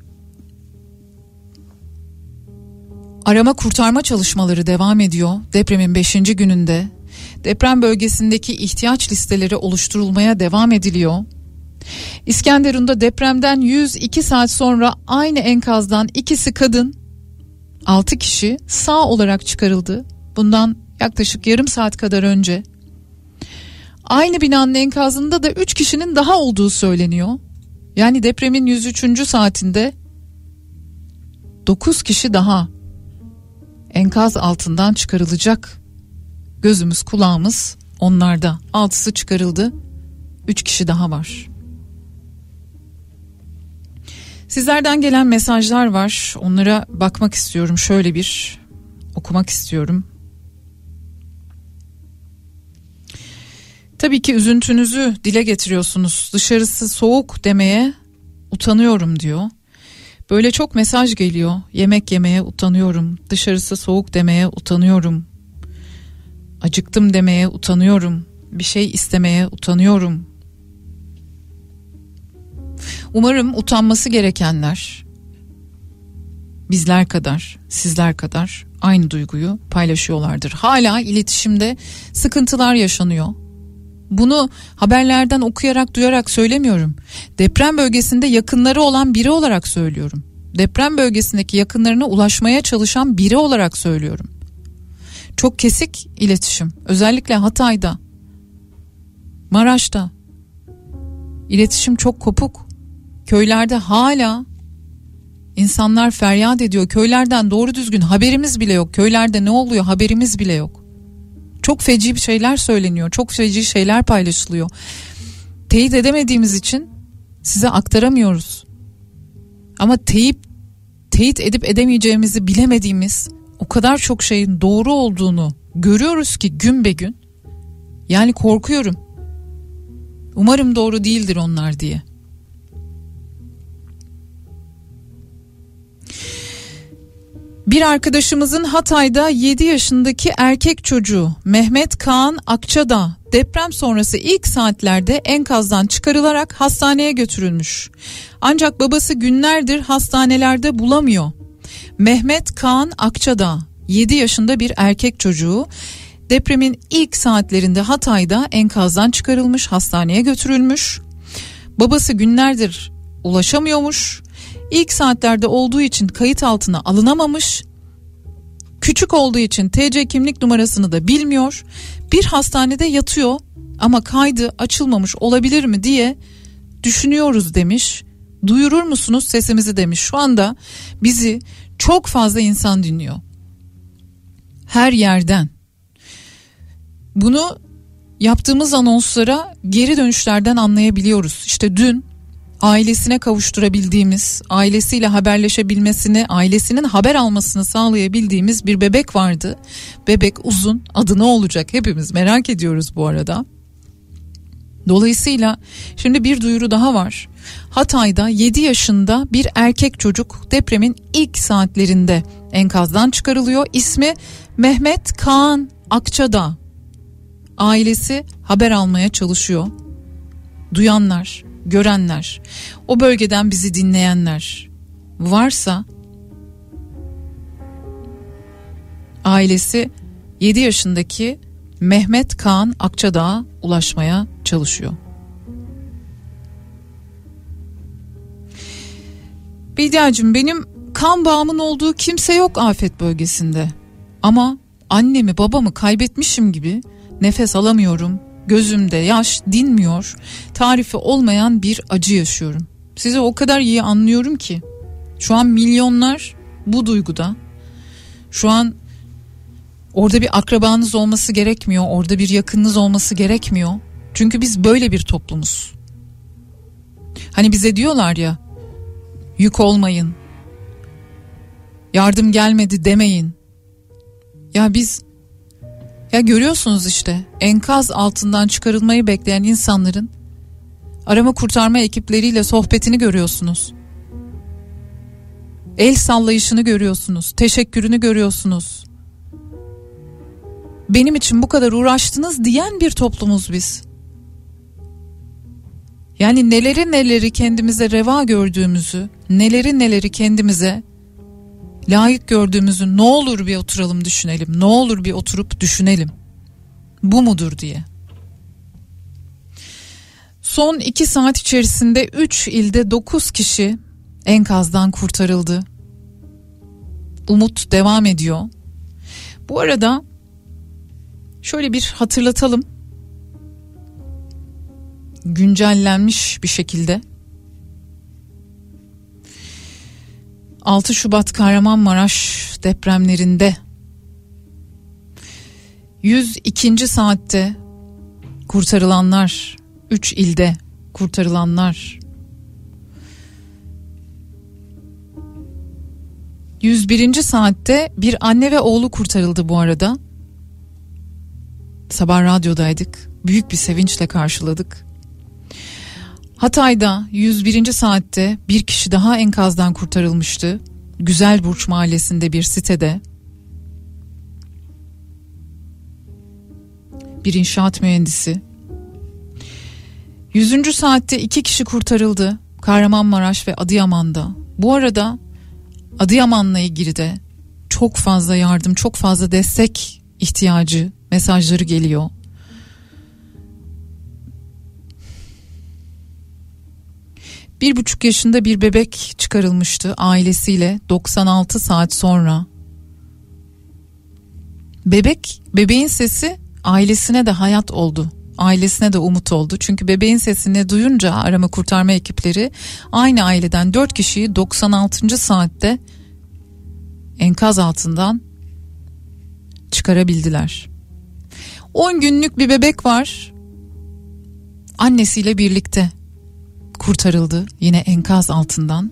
arama kurtarma çalışmaları devam ediyor. Depremin 5. gününde deprem bölgesindeki ihtiyaç listeleri oluşturulmaya devam ediliyor. İskenderun'da depremden 102 saat sonra aynı enkazdan ikisi kadın, 6 kişi sağ olarak çıkarıldı. Bundan yaklaşık yarım saat kadar önce. Aynı binanın enkazında da 3 kişinin daha olduğu söyleniyor. Yani depremin 103. saatinde 9 kişi daha enkaz altından çıkarılacak. Gözümüz kulağımız onlarda. 6'sı çıkarıldı. 3 kişi daha var. Sizlerden gelen mesajlar var. Onlara bakmak istiyorum. Şöyle bir okumak istiyorum. Tabii ki üzüntünüzü dile getiriyorsunuz. Dışarısı soğuk demeye utanıyorum diyor. Böyle çok mesaj geliyor. Yemek yemeye utanıyorum. Dışarısı soğuk demeye utanıyorum. Acıktım demeye utanıyorum. Bir şey istemeye utanıyorum. Umarım utanması gerekenler bizler kadar, sizler kadar aynı duyguyu paylaşıyorlardır. Hala iletişimde sıkıntılar yaşanıyor. Bunu haberlerden okuyarak, duyarak söylemiyorum. Deprem bölgesinde yakınları olan biri olarak söylüyorum. Deprem bölgesindeki yakınlarına ulaşmaya çalışan biri olarak söylüyorum. Çok kesik iletişim. Özellikle Hatay'da, Maraş'ta iletişim çok kopuk. Köylerde hala insanlar feryat ediyor. Köylerden doğru düzgün haberimiz bile yok. Köylerde ne oluyor haberimiz bile yok. Çok feci bir şeyler söyleniyor. Çok feci şeyler paylaşılıyor. Teyit edemediğimiz için size aktaramıyoruz. Ama teyit edip edemeyeceğimizi bilemediğimiz o kadar çok şeyin doğru olduğunu görüyoruz ki gün be gün. Yani korkuyorum. Umarım doğru değildir onlar diye. Bir arkadaşımızın Hatay'da 7 yaşındaki erkek çocuğu Mehmet Kaan Akçadağ deprem sonrası ilk saatlerde enkazdan çıkarılarak hastaneye götürülmüş. Ancak babası günlerdir hastanelerde bulamıyor. Mehmet Kaan Akçadağ 7 yaşında bir erkek çocuğu depremin ilk saatlerinde Hatay'da enkazdan çıkarılmış, hastaneye götürülmüş. Babası günlerdir ulaşamıyormuş. İlk saatlerde olduğu için kayıt altına alınamamış. Küçük olduğu için TC kimlik numarasını da bilmiyor. Bir hastanede yatıyor ama kaydı açılmamış olabilir mi diye düşünüyoruz demiş. Duyurur musunuz sesimizi demiş. Şu anda bizi çok fazla insan dinliyor. Her yerden. Bunu yaptığımız anonslara geri dönüşlerden anlayabiliyoruz. İşte dün ailesine kavuşturabildiğimiz, ailesiyle haberleşebilmesini, ailesinin haber almasını sağlayabildiğimiz bir bebek vardı. Bebek uzun, adı ne olacak hepimiz merak ediyoruz bu arada. Dolayısıyla şimdi bir duyuru daha var. Hatay'da 7 yaşında bir erkek çocuk depremin ilk saatlerinde enkazdan çıkarılıyor. İsmi Mehmet Kaan Akçadağ. Ailesi haber almaya çalışıyor. Duyanlar, görenler, o bölgeden bizi dinleyenler varsa ailesi 7 yaşındaki Mehmet Kaan Akçadağ'a ulaşmaya çalışıyor. Bediacığım, benim kan bağımın olduğu kimse yok afet bölgesinde. Ama annemi babamı kaybetmişim gibi nefes alamıyorum. Gözümde yaş dinmiyor. Tarifi olmayan bir acı yaşıyorum. Sizi o kadar iyi anlıyorum ki. Şu an milyonlar bu duyguda. Şu an orada bir akrabanız olması gerekmiyor. Orada bir yakınınız olması gerekmiyor. Çünkü biz böyle bir toplumuz. Hani bize diyorlar ya, yük olmayın, yardım gelmedi demeyin. Ya görüyorsunuz işte, enkaz altından çıkarılmayı bekleyen insanların arama kurtarma ekipleriyle sohbetini görüyorsunuz. El sallayışını görüyorsunuz, teşekkürünü görüyorsunuz. Benim için bu kadar uğraştınız diyen bir toplumuz biz. Yani neleri kendimize reva gördüğümüzü, neleri kendimize layık gördüğümüzü ne olur bir oturalım düşünelim. Ne olur bir oturup düşünelim. Bu mudur diye. Son 2 saat içerisinde 3 ilde 9 kişi enkazdan kurtarıldı. Umut devam ediyor. Bu arada şöyle bir hatırlatalım. Güncellenmiş bir şekilde 6 Şubat Kahramanmaraş depremlerinde 102. saatte kurtarılanlar, 3 ilde kurtarılanlar, 101. saatte bir anne ve oğlu kurtarıldı bu arada. Sabah radyodaydık. Büyük bir sevinçle karşıladık. Hatay'da 101. saatte bir kişi daha enkazdan kurtarılmıştı. Güzelburç mahallesinde bir sitede. Bir inşaat mühendisi. 100. saatte 2 kişi kurtarıldı. Kahramanmaraş ve Adıyaman'da. Bu arada Adıyaman'la ilgili de çok fazla yardım, çok fazla destek ihtiyacı mesajları geliyor. Bir 1,5 yaşında bir bebek çıkarılmıştı ailesiyle 96 saat sonra. Bebeğin sesi ailesine de hayat oldu. Ailesine de umut oldu. Çünkü bebeğin sesini duyunca arama kurtarma ekipleri aynı aileden 4 kişiyi 96. saatte enkaz altından çıkarabildiler. 10 günlük bir bebek var. Annesiyle birlikte kurtarıldı yine enkaz altından.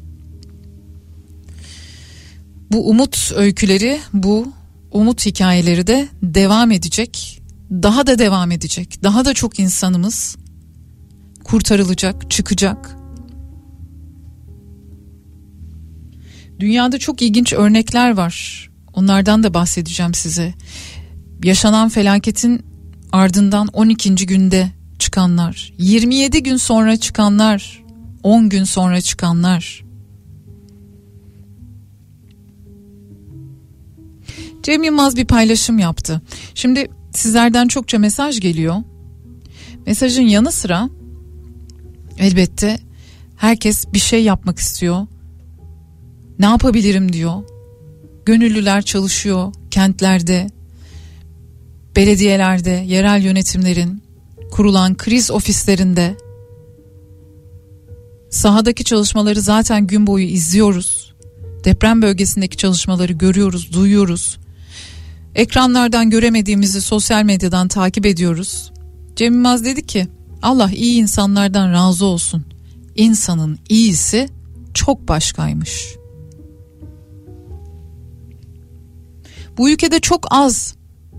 Bu umut öyküleri, bu umut hikayeleri de devam edecek. Daha da devam edecek. Daha da çok insanımız kurtarılacak, çıkacak. Dünyada çok ilginç örnekler var. Onlardan da bahsedeceğim size. Yaşanan felaketin ardından 12. günde çıkanlar, 27 gün sonra çıkanlar, 10 gün sonra çıkanlar. Cem Yılmaz bir paylaşım yaptı. Şimdi sizlerden çokça mesaj geliyor. Mesajın yanı sıra elbette herkes bir şey yapmak istiyor. Ne yapabilirim diyor. Gönüllüler çalışıyor kentlerde, belediyelerde, yerel yönetimlerin kurulan kriz ofislerinde. Sahadaki çalışmaları zaten gün boyu izliyoruz. Deprem bölgesindeki çalışmaları görüyoruz, duyuyoruz. Ekranlardan göremediğimizi sosyal medyadan takip ediyoruz. Cem Yılmaz dedi ki, Allah iyi insanlardan razı olsun. İnsanın iyisi çok başkaymış. Bu ülkede çok az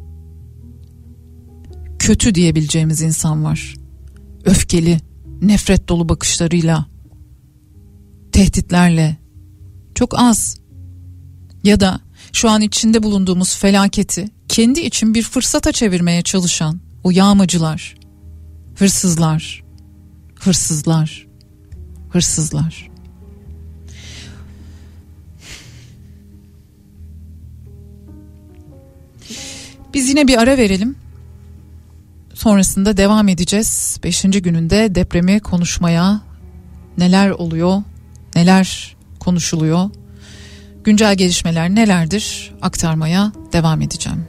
kötü diyebileceğimiz insan var. Öfkeli, nefret dolu bakışlarıyla, tehditlerle. Çok az. Ya da şu an içinde bulunduğumuz felaketi kendi için bir fırsata çevirmeye çalışan o yağmacılar, hırsızlar. Biz yine bir ara verelim. Sonrasında devam edeceğiz. 5. gününde depremi konuşmaya, neler oluyor, neler konuşuluyor, güncel gelişmeler nelerdir aktarmaya devam edeceğim.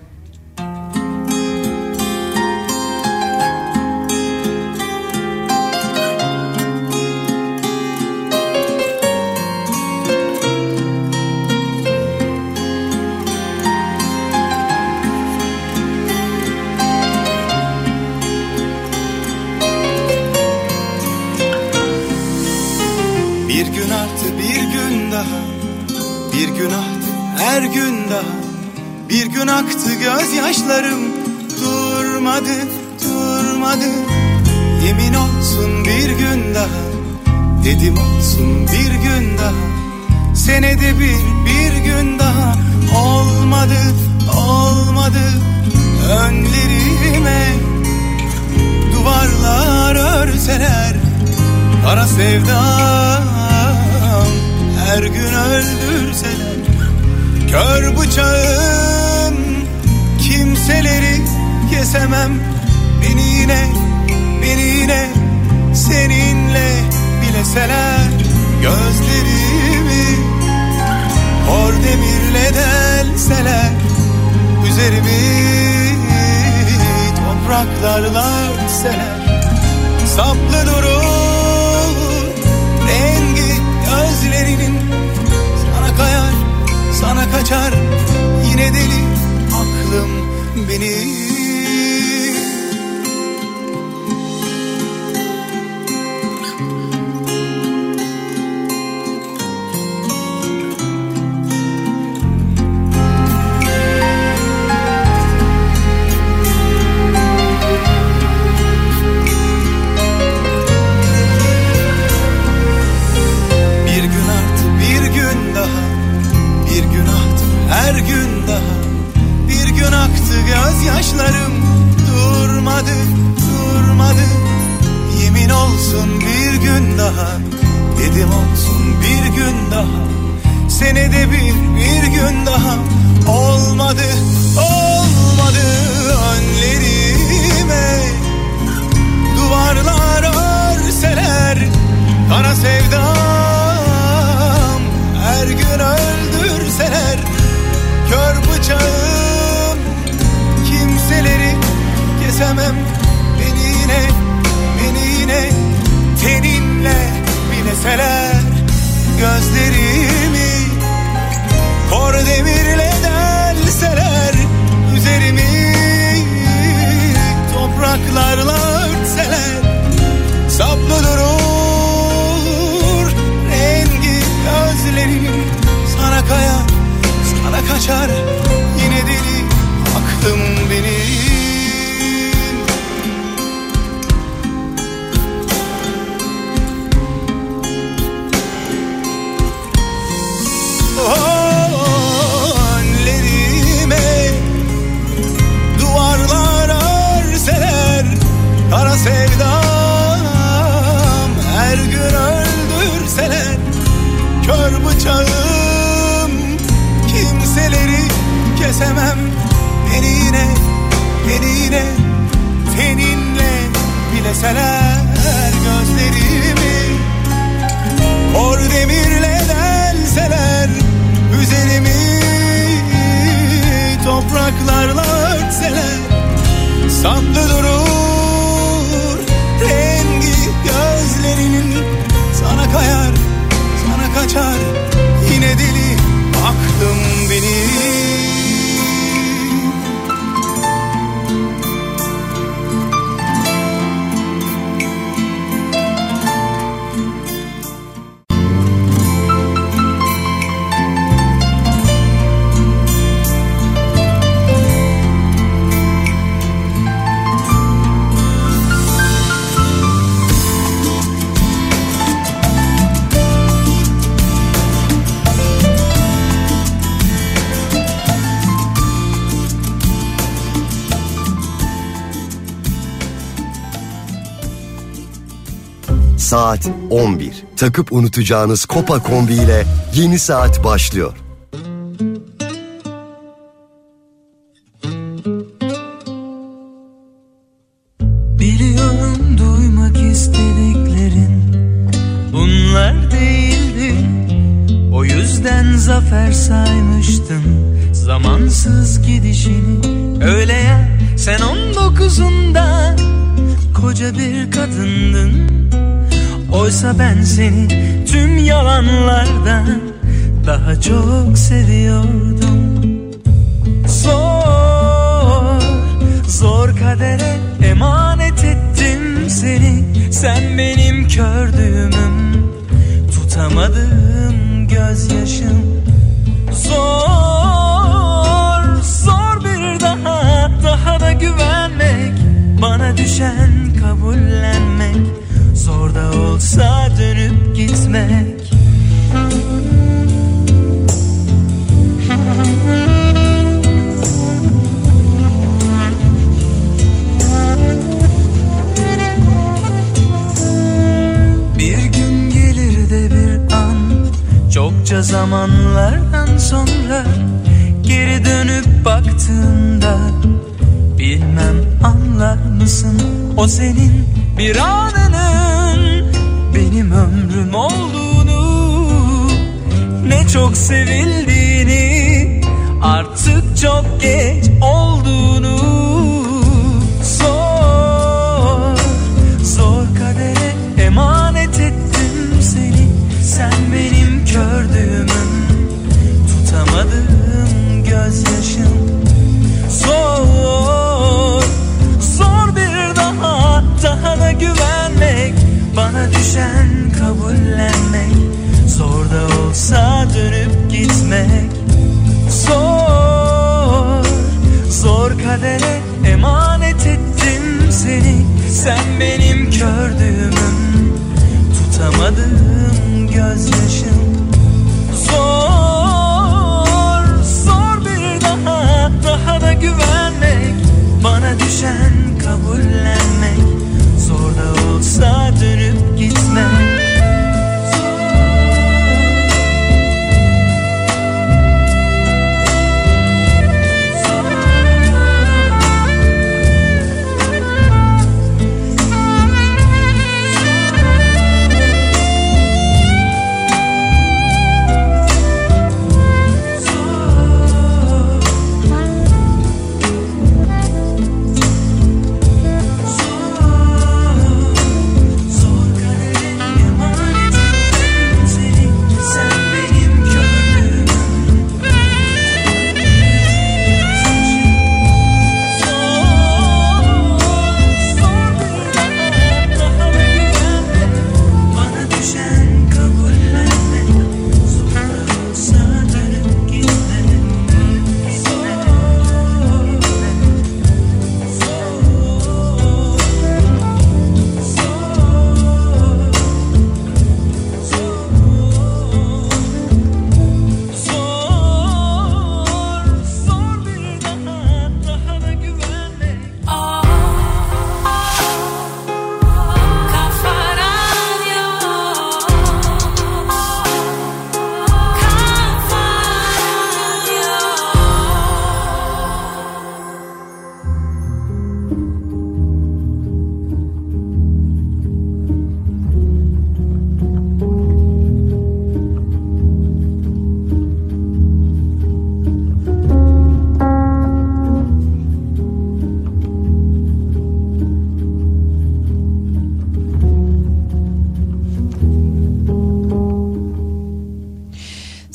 Bir gün artı bir gün daha, bir gün aktı her gün daha, bir gün aktı gözyaşlarım, durmadı, yemin olsun bir gün daha, dedim olsun bir gün daha, senede bir gün daha, olmadı, önlerime duvarlar örseler, kara sevdam her gün öldürseler, kör bıçağım kimseleri kesemem, beni yine seninle bileseler, gözlerimi hor demirle delseler, üzerimi topraklarla örtseler, saplı durur rengi gözlerinin, sana kayar sana kaçar yine deli aklım benim. daha, dedim olsun bir gün daha, senede bir gün daha. Olmadı, olmadı önlerime duvarlar örseler, kara sevdam her gün öldürseler. Kör bıçağım kimseleri kesemem, beni yine teninle bileseler. Gözlerimi kor demirle delseler, üzerimi topraklarla örtseler. Saplı durur rengi gözlerim, sana kayar, sana kaçar yine deli aklım benim. Önlerime duvarlar örseler, kara sevdam her gün öldürseler. Kör bıçağım kimseleri kesemem, beni yine teninle bileseler. Gözlerimi kor demirle delseler, üzerimi topraklarla örtseler. Saplı durur rengi gözlerinin, sana kayar, sana kaçar yine deli aklım benim. Saat 11. Takıp unutacağınız Kopa Kombi ile yeni saat başlıyor. Biliyorum duymak istediklerin bunlar değildi. O yüzden zafer saymıştım zamansız gidişini. Öyle ya, sen 19'unda koca bir kadındın. Oysa ben seni tüm yalanlardan daha çok seviyordum. Zor kadere emanet ettim seni. Sen benim kördüğümüm, tutamadığım gözyaşım. Zor bir daha da güvenmek. Bana düşen kabullenmek. Zor da olsa dönüp gitmek. Bir gün gelir de bir an, çokça zamanlardan sonra geri dönüp baktığında, bilmem anlar mısın o senin bir anının benim ömrüm olduğunu, ne çok sevildiğini, artık çok geç olduğunu. Zor kadere emanet ettim seni. Sen benim kördüğümüm, tutamadığım gözyaşım. Zor bir daha da güvenmek. Bana düşen kabullenmek. Zor da olsa dönüp gitmek. Zor kadere emanet ettim seni. Sen benim kördüğümüm, tutamadığım gözyaşım. Zor bir daha da güvenmek. Bana düşen kabullenmek. Zor da olsa dönüp gitmek.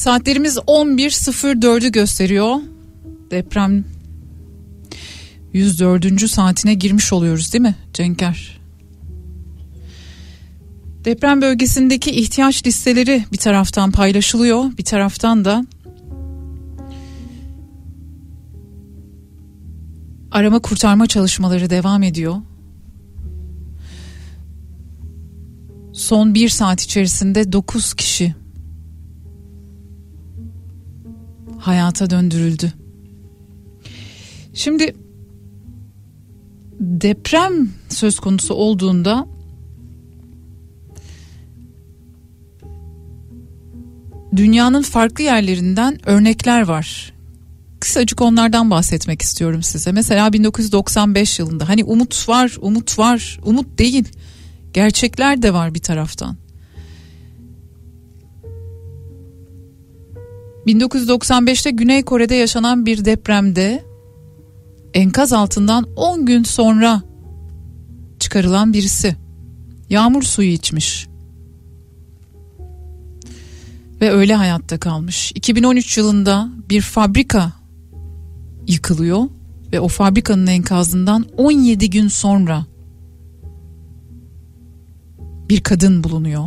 Saatlerimiz 11.04'ü gösteriyor. Deprem 104. saatine girmiş oluyoruz değil mi Cenker? Deprem bölgesindeki ihtiyaç listeleri bir taraftan paylaşılıyor, bir taraftan da arama kurtarma çalışmaları devam ediyor. Son 1 saat içerisinde 9 kişi hayata döndürüldü. Şimdi deprem söz konusu olduğunda dünyanın farklı yerlerinden örnekler var. Kısacık onlardan bahsetmek istiyorum size. Mesela 1995 yılında hani umut var, umut değil. Gerçekler de var bir taraftan. 1995'te Güney Kore'de yaşanan bir depremde enkaz altından 10 gün sonra çıkarılan birisi yağmur suyu içmiş ve öyle hayatta kalmış. 2013 yılında bir fabrika yıkılıyor ve o fabrikanın enkazından 17 gün sonra bir kadın bulunuyor.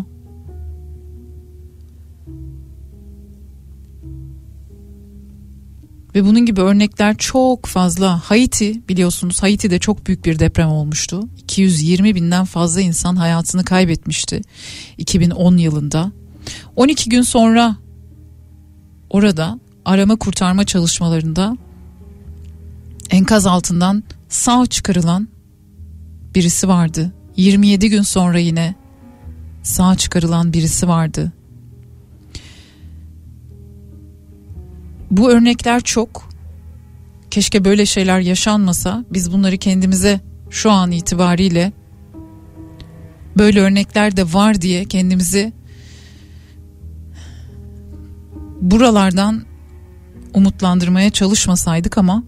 Ve bunun gibi örnekler çok fazla. Haiti, biliyorsunuz Haiti'de çok büyük bir deprem olmuştu. 220 binden fazla insan hayatını kaybetmişti 2010 yılında. 12 gün sonra orada arama kurtarma çalışmalarında enkaz altından sağ çıkarılan birisi vardı. 27 gün sonra yine sağ çıkarılan birisi vardı. Bu örnekler çok. Keşke böyle şeyler yaşanmasa. Biz bunları kendimize şu an itibariyle böyle örnekler de var diye kendimizi buralardan umutlandırmaya çalışmasaydık ama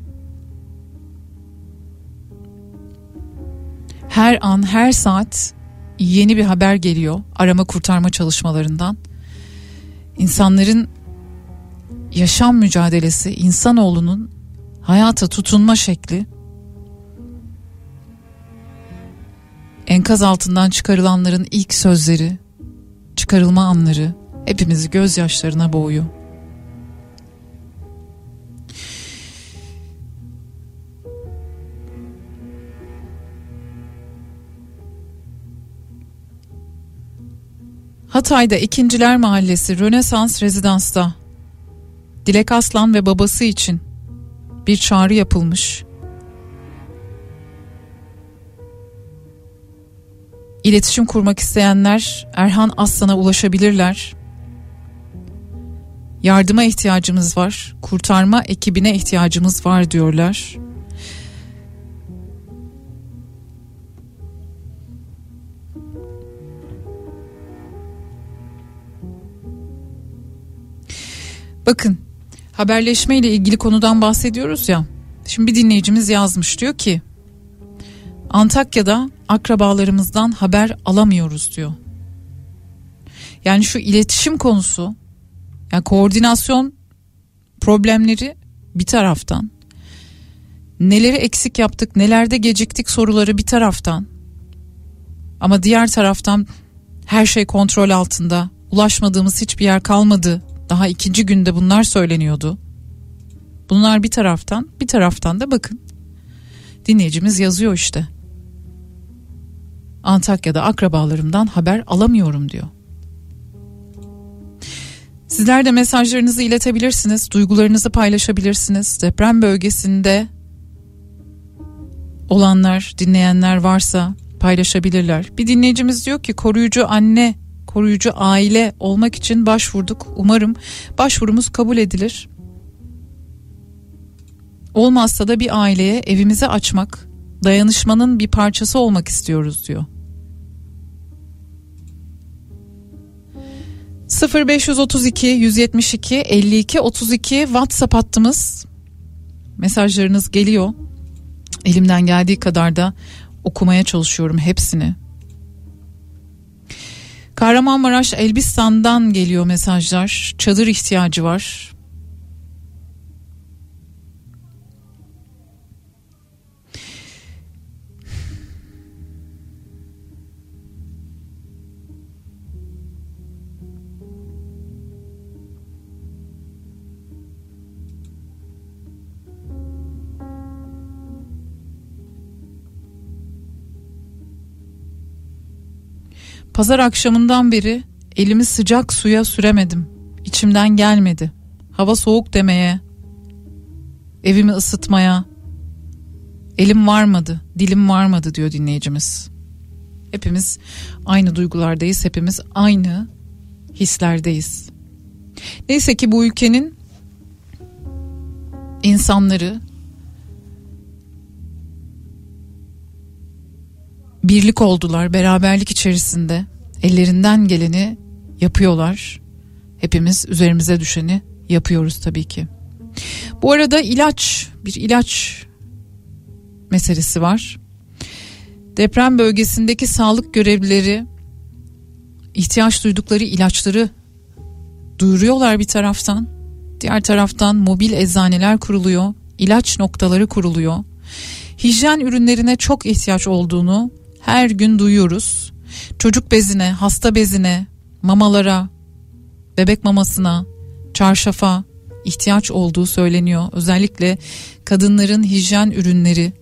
her an her saat yeni bir haber geliyor arama kurtarma çalışmalarından. İnsanların yaşam mücadelesi, insanoğlunun hayata tutunma şekli, enkaz altından çıkarılanların ilk sözleri, çıkarılma anları hepimizi gözyaşlarına boğuyor. Hatay'da İkinciler Mahallesi Rönesans Rezidans'ta Dilek Aslan ve babası için bir çağrı yapılmış. İletişim kurmak isteyenler Erhan Aslan'a ulaşabilirler. Yardıma ihtiyacımız var, kurtarma ekibine ihtiyacımız var diyorlar. Bakın, haberleşme ile ilgili konudan bahsediyoruz ya. Şimdi bir dinleyicimiz yazmış, diyor ki Antakya'da akrabalarımızdan haber alamıyoruz diyor. Yani şu iletişim konusu, yani koordinasyon problemleri bir taraftan, neleri eksik yaptık, nelerde geciktik soruları bir taraftan, ama diğer taraftan her şey kontrol altında, ulaşmadığımız hiçbir yer kalmadı. Daha 2. günde bunlar söyleniyordu. Bunlar bir taraftan, bir taraftan da bakın dinleyicimiz yazıyor işte. Antakya'da akrabalarımdan haber alamıyorum diyor. Sizler de mesajlarınızı iletebilirsiniz, duygularınızı paylaşabilirsiniz. Deprem bölgesinde olanlar, dinleyenler varsa paylaşabilirler. Bir dinleyicimiz diyor ki koruyucu anne, koruyucu aile olmak için başvurduk. Umarım başvurumuz kabul edilir. Olmazsa da bir aileye evimizi açmak, dayanışmanın bir parçası olmak istiyoruz diyor. 0532 172 52 32 WhatsApp hattımız. Mesajlarınız geliyor. Elimden geldiği kadar da okumaya çalışıyorum hepsini. Kahramanmaraş Elbistan'dan geliyor mesajlar. Çadır ihtiyacı var. Pazar akşamından beri elimi sıcak suya süremedim. İçimden gelmedi. Hava soğuk demeye, evimi ısıtmaya elim varmadı, dilim varmadı diyor dinleyicimiz. Hepimiz aynı duygulardayız, hepimiz aynı hislerdeyiz. Neyse ki bu ülkenin insanları birlik oldular, beraberlik içerisinde ellerinden geleni yapıyorlar. Hepimiz üzerimize düşeni yapıyoruz tabii ki. Bu arada bir ilaç meselesi var. Deprem bölgesindeki sağlık görevlileri ihtiyaç duydukları ilaçları duyuruyorlar bir taraftan. Diğer taraftan mobil eczaneler kuruluyor, ilaç noktaları kuruluyor. Hijyen ürünlerine çok ihtiyaç olduğunu her gün duyuyoruz. Çocuk bezine, hasta bezine, mamalara, bebek mamasına, çarşafa ihtiyaç olduğu söyleniyor. Özellikle kadınların hijyen ürünleri,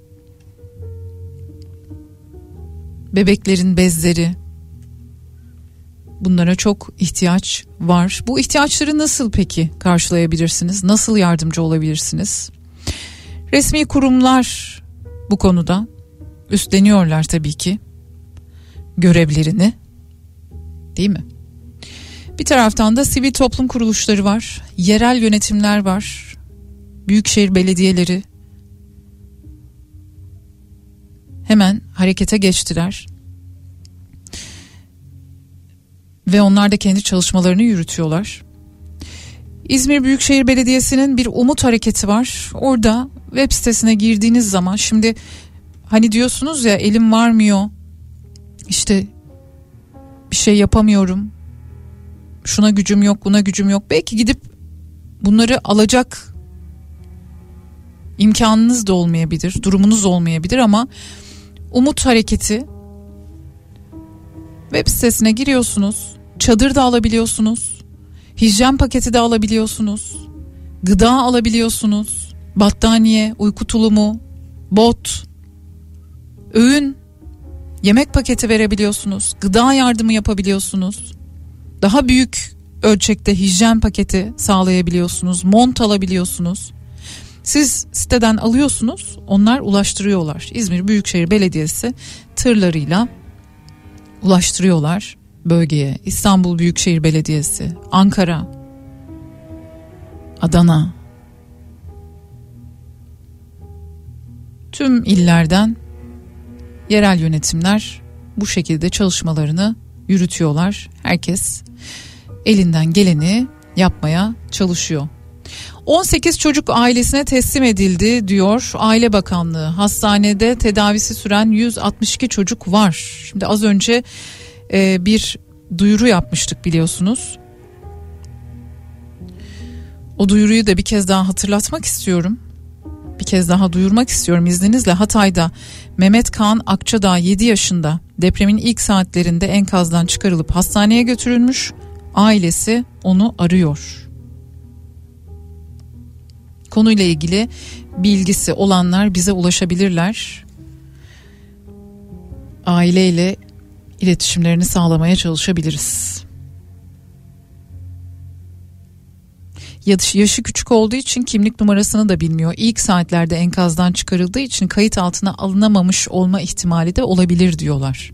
bebeklerin bezleri, bunlara çok ihtiyaç var. Bu ihtiyaçları nasıl peki karşılayabilirsiniz? Nasıl yardımcı olabilirsiniz? Resmi kurumlar bu konuda üstleniyorlar tabii ki görevlerini, değil mi? Bir taraftan da sivil toplum kuruluşları var, yerel yönetimler var, büyükşehir belediyeleri hemen harekete geçtiler. Ve onlar da kendi çalışmalarını yürütüyorlar. İzmir Büyükşehir Belediyesi'nin bir umut hareketi var. Orada web sitesine girdiğiniz zaman, şimdi hani diyorsunuz ya, elim varmıyor, işte bir şey yapamıyorum, şuna gücüm yok, buna gücüm yok. Belki gidip bunları alacak imkanınız da olmayabilir, durumunuz olmayabilir ama Umut Hareketi web sitesine giriyorsunuz. Çadır da alabiliyorsunuz, hijyen paketi de alabiliyorsunuz, gıda alabiliyorsunuz, battaniye, uyku tulumu, bot, öğün, yemek paketi verebiliyorsunuz, gıda yardımı yapabiliyorsunuz, daha büyük ölçekte hijyen paketi sağlayabiliyorsunuz, mont alabiliyorsunuz. Siz siteden alıyorsunuz, onlar ulaştırıyorlar. İzmir Büyükşehir Belediyesi tırlarıyla ulaştırıyorlar bölgeye. İstanbul Büyükşehir Belediyesi, Ankara, Adana, tüm illerden yerel yönetimler bu şekilde çalışmalarını yürütüyorlar. Herkes elinden geleni yapmaya çalışıyor. 18 çocuk ailesine teslim edildi diyor Aile Bakanlığı. Hastanede tedavisi süren 162 çocuk var. Şimdi az önce bir duyuru yapmıştık biliyorsunuz. O duyuruyu da bir kez daha hatırlatmak istiyorum. Bir kez daha duyurmak istiyorum izninizle. Hatay'da Mehmet Kaan Akçadağ 7 yaşında depremin ilk saatlerinde enkazdan çıkarılıp hastaneye götürülmüş. Ailesi onu arıyor. Konuyla ilgili bilgisi olanlar bize ulaşabilirler. Aileyle iletişimlerini sağlamaya çalışabiliriz. Yaşı küçük olduğu için kimlik numarasını da bilmiyor. İlk saatlerde enkazdan çıkarıldığı için kayıt altına alınamamış olma ihtimali de olabilir diyorlar.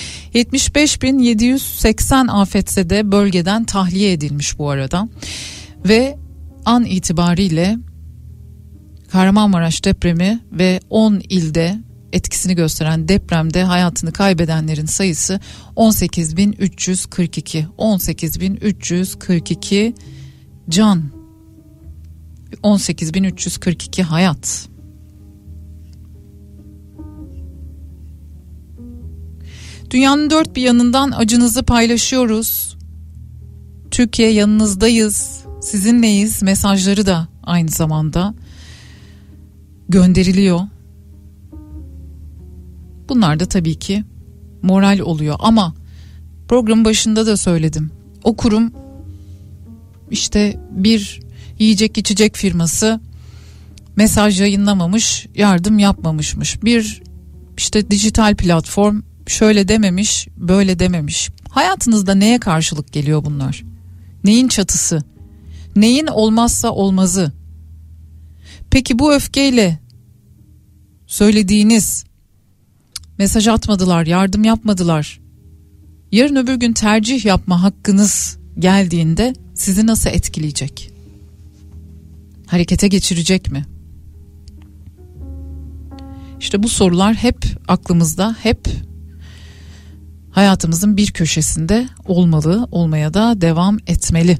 75.780 afetzede bölgeden tahliye edilmiş bu arada. Ve an itibariyle Kahramanmaraş depremi ve 10 ilde etkisini gösteren depremde hayatını kaybedenlerin sayısı 18.342. 18.342 can. 18.342 hayat. Dünyanın dört bir yanından acınızı paylaşıyoruz. Türkiye yanınızdayız, sizinleyiz mesajları da aynı zamanda gönderiliyor. Bunlar da tabii ki moral oluyor ama programın başında da söyledim. O kurum işte bir yiyecek içecek firması mesaj yayınlamamış, yardım yapmamışmış. Bir işte dijital platform şöyle dememiş, böyle dememiş. Hayatınızda neye karşılık geliyor bunlar? Neyin çatısı? Neyin olmazsa olmazı? Peki bu öfkeyle söylediğiniz mesaj atmadılar, yardım yapmadılar. Yarın öbür gün tercih yapma hakkınız geldiğinde sizi nasıl etkileyecek? Harekete geçirecek mi? İşte bu sorular hep aklımızda, hep hayatımızın bir köşesinde olmalı, olmaya da devam etmeli.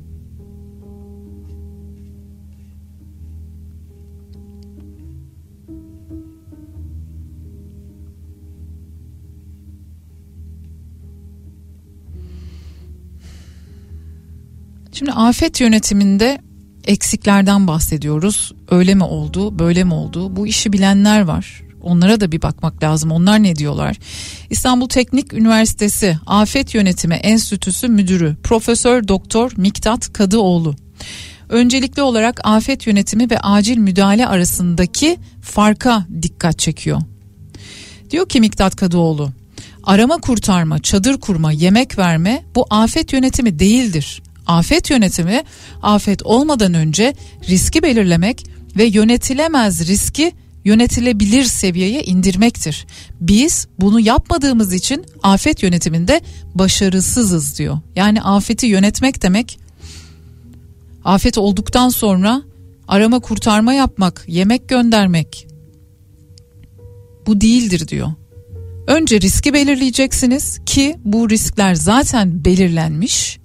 Şimdi afet yönetiminde eksiklerden bahsediyoruz. Öyle mi oldu, böyle mi oldu? Bu işi bilenler var. Onlara da bir bakmak lazım. Onlar ne diyorlar? İstanbul Teknik Üniversitesi Afet Yönetimi Enstitüsü Müdürü Profesör Doktor Miktat Kadıoğlu öncelikli olarak afet yönetimi ve acil müdahale arasındaki farka dikkat çekiyor. Diyor ki Miktat Kadıoğlu, arama kurtarma, çadır kurma, yemek verme bu afet yönetimi değildir. Afet yönetimi, afet olmadan önce riski belirlemek ve yönetilemez riski yönetilebilir seviyeye indirmektir. Biz bunu yapmadığımız için afet yönetiminde başarısızız diyor. Yani afeti yönetmek demek, afet olduktan sonra arama kurtarma yapmak, yemek göndermek, bu değildir diyor. Önce riski belirleyeceksiniz ki bu riskler zaten belirlenmiş.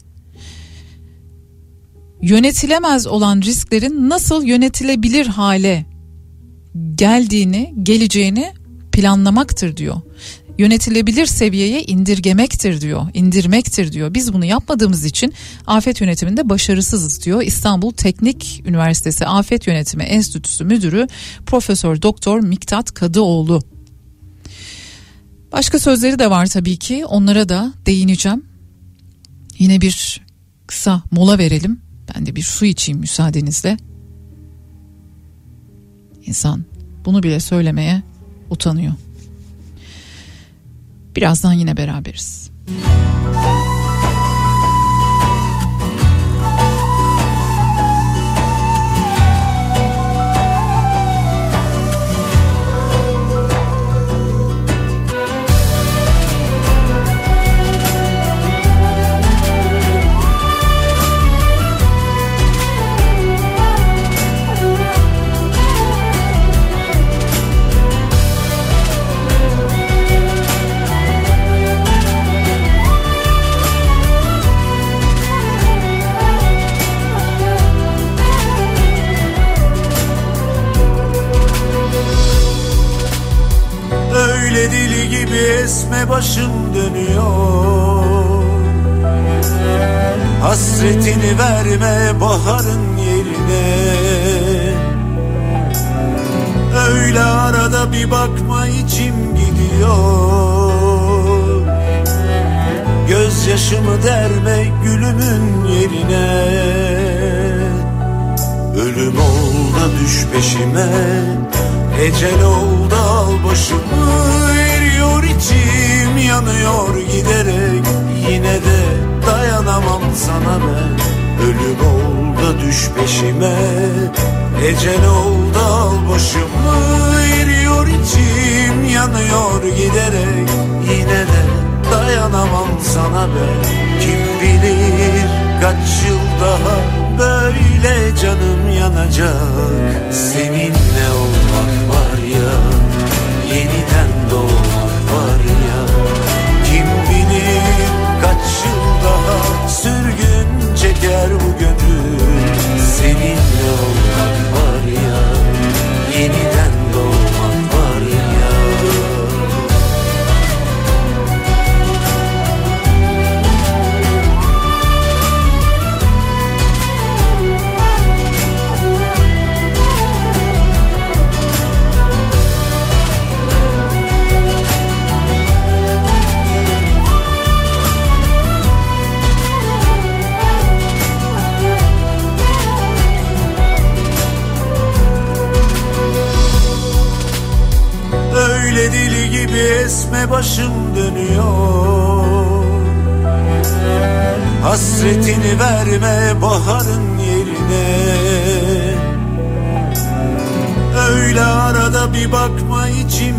Yönetilemez olan risklerin nasıl yönetilebilir hale geleceğini planlamaktır diyor. Yönetilebilir seviyeye indirgemektir diyor, indirmektir diyor. Biz bunu yapmadığımız için afet yönetiminde başarısızız diyor. İstanbul Teknik Üniversitesi Afet Yönetimi Enstitüsü Müdürü Profesör Doktor Miktat Kadıoğlu. Başka sözleri de var tabii ki, onlara da değineceğim. Yine bir kısa mola verelim. Ben de bir su içeyim müsaadenizle. İnsan bunu bile söylemeye utanıyor. Birazdan yine beraberiz. Deli gibi esme başım dönüyor. Hasretini verme baharın yerine. Öyle arada bir bakma içim gidiyor. Gözyaşımı derme gülümün yerine. Ölüm ol da düş peşime, ecel ol da al başımı. Eriyor içim, yanıyor giderek, yine de dayanamam sana ben. Ölüm ol da düş peşime, ecel ol da al başımı. Eriyor içim, yanıyor giderek, yine de dayanamam sana ben. Kim bilir kaç yıl daha böyle canım yanacak. Seninle olmak var ya, yeniden doğmak var ya. Kim bilir kaç yıl daha sürgün çeker bu gönül. Seninle olmak var ya, yeniden doğmak var ya. verme başım dönüyor. Hasretini verme baharın yerine. Öyle arada bir bakma içim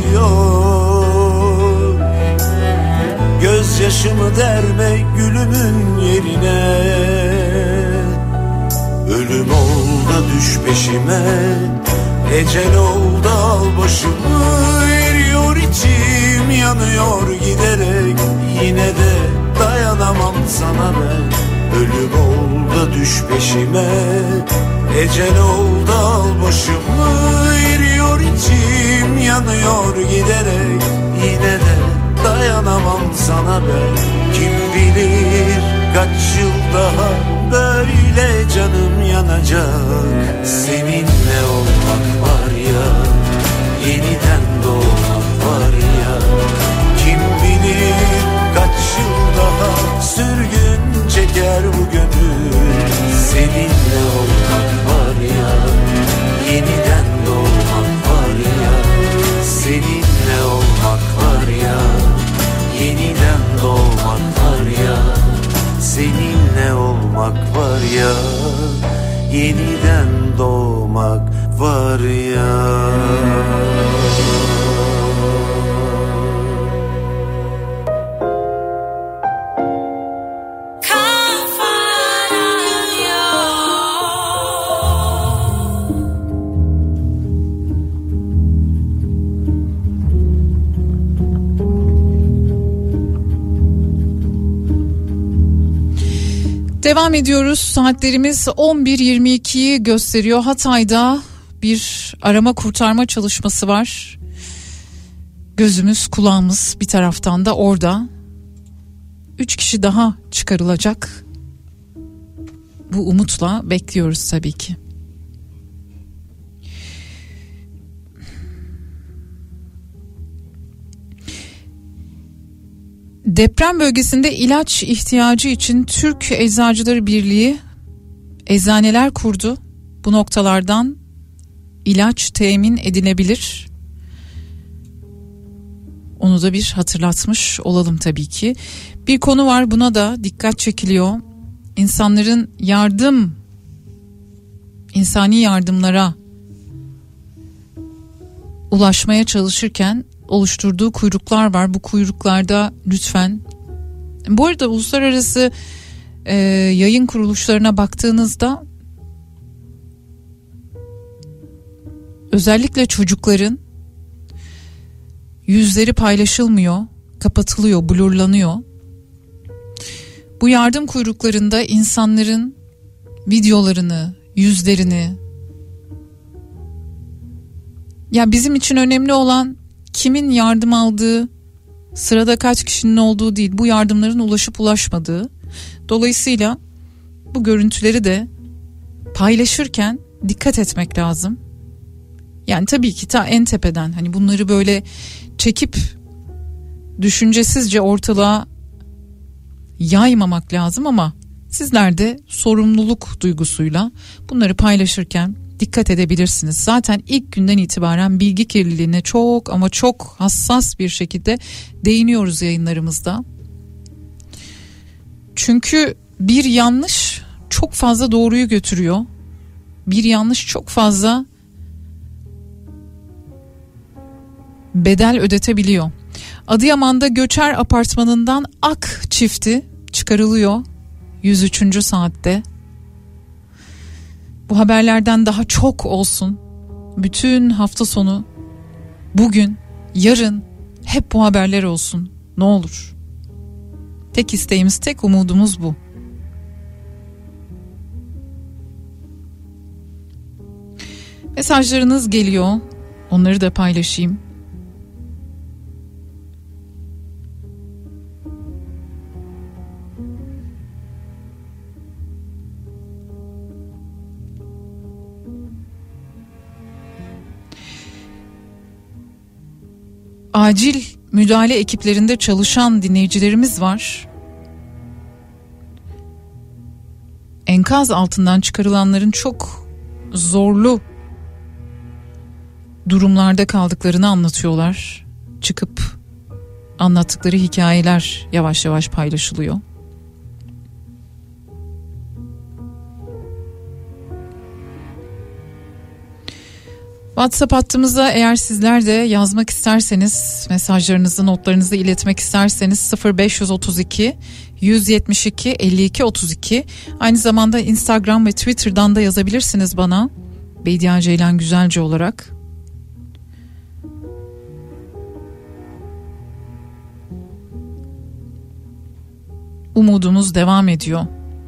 gidiyor. Gözyaşımı derme gülümün yerine. Ölüm ol da düş peşime, ecel ol da al başımı. Eriyor içim, yanıyor giderek, yine de dayanamam sana ben. Ölüm ol da düş peşime, ecel ol da al başımı. Eriyor içim, yanıyor giderek, yine de dayanamam sana ben. Kim bilir kaç yıl daha böyle canım yanacak. Seninle olmak var ya, yeniden doğmak var ya. Kim bilir kaç yıl daha sürgün çeker bu gönül. Seninle olmak var ya, yeniden doğmak var ya. Seninle olmak var ya, yeniden doğmak var ya. Seninle olmak var ya, yeniden doğmak var ya. Devam ediyoruz. Saatlerimiz 11.22'yi gösteriyor. Hatay'da bir arama kurtarma çalışması var. Gözümüz kulağımız bir taraftan da orada. 3 kişi daha çıkarılacak. Bu umutla bekliyoruz tabii ki. Deprem bölgesinde ilaç ihtiyacı için Türk Eczacıları Birliği eczaneler kurdu. Bu noktalardan ilaç temin edilebilir. Onu da bir hatırlatmış olalım tabii ki. Bir konu var, buna da dikkat çekiliyor. İnsanların insani yardımlara ulaşmaya çalışırken oluşturduğu kuyruklar var. Bu kuyruklarda lütfen, bu arada uluslararası yayın kuruluşlarına baktığınızda özellikle çocukların yüzleri paylaşılmıyor, kapatılıyor, blurlanıyor. Bu yardım kuyruklarında insanların videolarını, yüzlerini, ya bizim için önemli olan kimin yardım aldığı, sırada kaç kişinin olduğu değil, bu yardımların ulaşıp ulaşmadığı. Dolayısıyla bu görüntüleri de paylaşırken dikkat etmek lazım. Yani tabii ki ta en tepeden, hani bunları böyle çekip düşüncesizce ortalığa yaymamak lazım ama sizler de sorumluluk duygusuyla bunları paylaşırken dikkat edebilirsiniz. Zaten ilk günden itibaren bilgi kirliliğine çok ama çok hassas bir şekilde değiniyoruz yayınlarımızda. Çünkü bir yanlış çok fazla doğruyu götürüyor. Bir yanlış çok fazla bedel ödetebiliyor. Adıyaman'da Göçer Apartmanı'ndan Ak çifti çıkarılıyor 103. saatte. Bu haberlerden daha çok olsun. Bütün hafta sonu, bugün, yarın hep bu haberler olsun. Ne olur. Tek isteğimiz, tek umudumuz bu. Mesajlarınız geliyor. Onları da paylaşayım. Acil müdahale ekiplerinde çalışan dinleyicilerimiz var. Enkaz altından çıkarılanların çok zorlu durumlarda kaldıklarını anlatıyorlar. Çıkıp anlattıkları hikayeler yavaş yavaş paylaşılıyor. WhatsApp hattımıza eğer sizler de yazmak isterseniz, mesajlarınızı, notlarınızı iletmek isterseniz 0532 172 52 32. Aynı zamanda Instagram ve Twitter'dan da yazabilirsiniz bana. Bediye Ceylan Güzelce olarak. Umudumuz devam ediyor.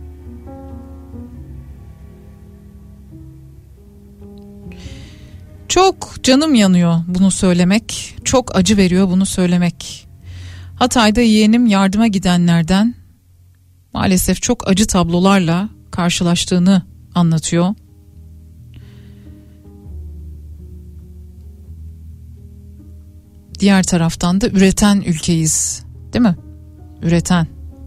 Çok canım yanıyor bunu söylemek. Çok acı veriyor bunu söylemek. Hatay'da yeğenim yardıma gidenlerden maalesef çok acı tablolarla karşılaştığını anlatıyor. Diğer taraftan da üreten ülkeyiz, değil mi? Üreten.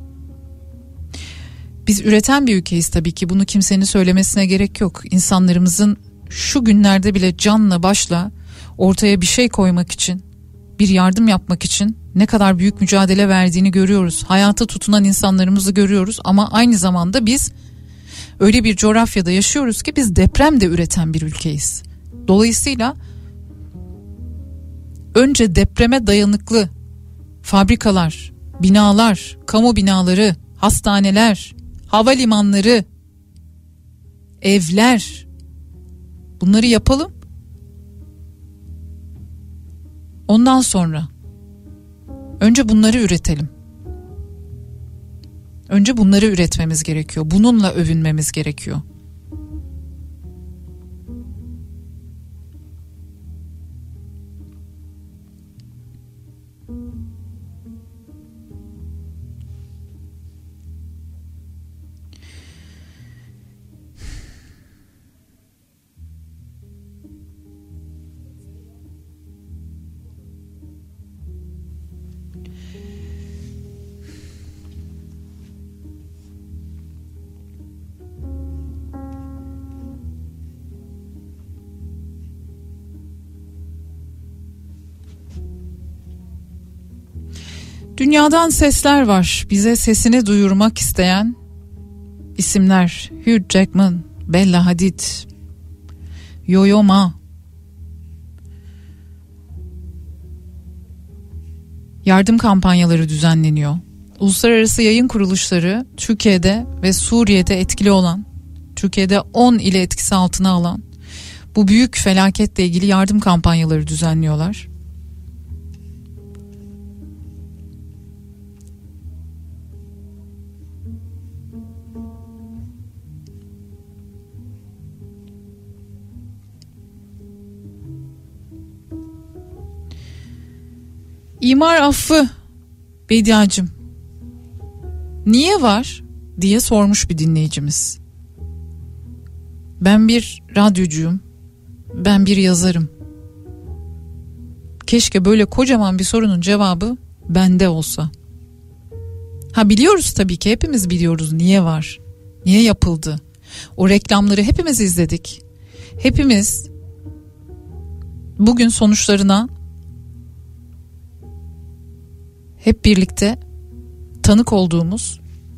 Biz üreten bir ülkeyiz tabii ki, bunu kimsenin söylemesine gerek yok. İnsanlarımızın şu günlerde bile canla başla ortaya bir şey koymak için, bir yardım yapmak için ne kadar büyük mücadele verdiğini görüyoruz. Hayata tutunan insanlarımızı görüyoruz ama aynı zamanda biz öyle bir coğrafyada yaşıyoruz ki biz deprem de üreten bir ülkeyiz. Dolayısıyla önce depreme dayanıklı fabrikalar, binalar, kamu binaları, hastaneler, havalimanları, evler, bunları yapalım. Ondan sonra önce bunları üretelim. Önce bunları üretmemiz gerekiyor. Bununla övünmemiz gerekiyor. Dünyadan sesler var. Bize sesini duyurmak isteyen isimler: Hugh Jackman, Bella Hadid, Yo-Yo Ma. Yardım kampanyaları düzenleniyor. Uluslararası yayın kuruluşları Türkiye'de ve Suriye'de etkili olan, Türkiye'de 10 ile etkisi altına alan bu büyük felaketle ilgili yardım kampanyaları düzenliyorlar. İmar affı Bediacığım niye var diye sormuş bir dinleyicimiz. Ben bir radyocuyum, ben bir yazarım. Keşke böyle kocaman bir sorunun cevabı bende olsa. Ha, biliyoruz tabii ki, hepimiz biliyoruz niye var, niye yapıldı. O reklamları hepimiz izledik. Hepimiz bugün sonuçlarına hep birlikte tanık olduğumuz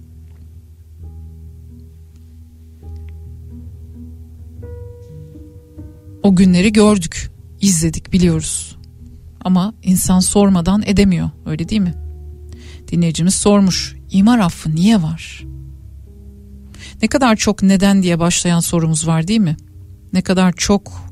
o günleri gördük, izledik, biliyoruz. Ama insan sormadan edemiyor, öyle değil mi? Dinleyicimiz sormuş, imar affı niye var? Ne kadar çok neden diye başlayan sorumuz var değil mi? Ne kadar çok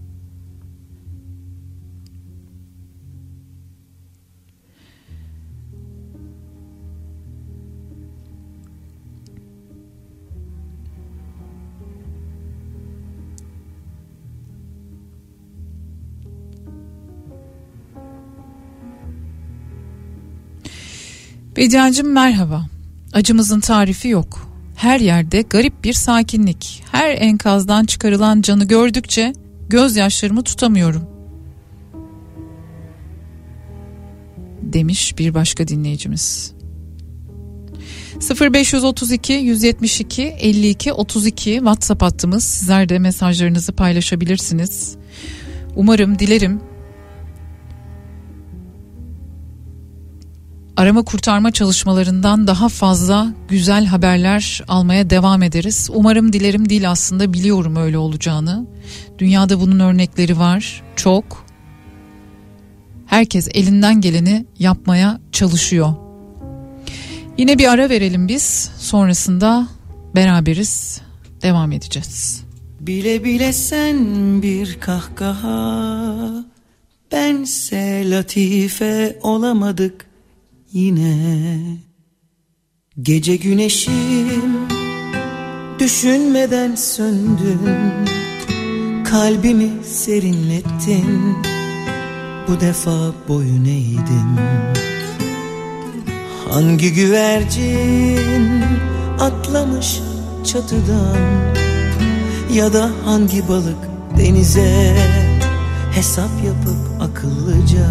Bediacığım merhaba. Acımızın tarifi yok. Her yerde garip bir sakinlik. Her enkazdan çıkarılan canı gördükçe gözyaşlarımı tutamıyorum, demiş bir başka dinleyicimiz. 0532 172 52 32 WhatsApp hattımız. Sizler de mesajlarınızı paylaşabilirsiniz. Umarım, dilerim arama kurtarma çalışmalarından daha fazla güzel haberler almaya devam ederiz. Umarım, dilerim değil, aslında biliyorum öyle olacağını. Dünyada bunun örnekleri var, çok. Herkes elinden geleni yapmaya çalışıyor. Yine bir ara verelim biz. Sonrasında beraberiz, devam edeceğiz. Bile bile sen bir kahkaha, bense latife olamadık yine. Gece güneşim düşünmeden söndün, kalbimi serinlettin, bu defa boyun eğdim. Hangi güvercin atlamış çatıdan, ya da hangi balık denize hesap yapıp akıllıca.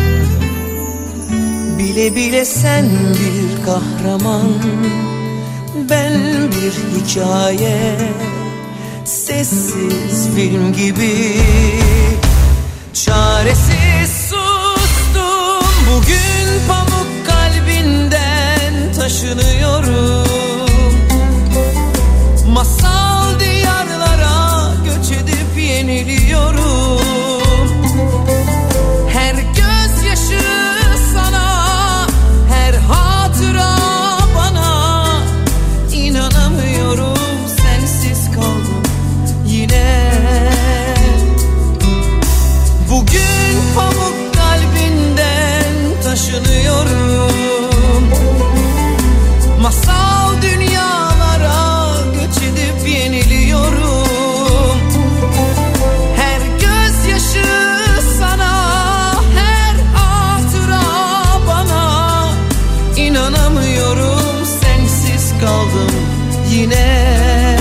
Bile bile sen bir kahraman, ben bir hikaye, sessiz film gibi. Çaresiz sustum, bugün pamuk kalbinden taşınıyorum. Masal diyarlara göç edip yeniliyorum. Her gözyaşı sana, her hatıra bana. İnanamıyorum, sensiz kaldım yine. Bugün pamuk kalbinden taşınıyorum. Masal dünyalara göç edip yeniliyorum. Her gözyaşı sana, her hatıra bana. İnanamıyorum, sensiz kaldım yine.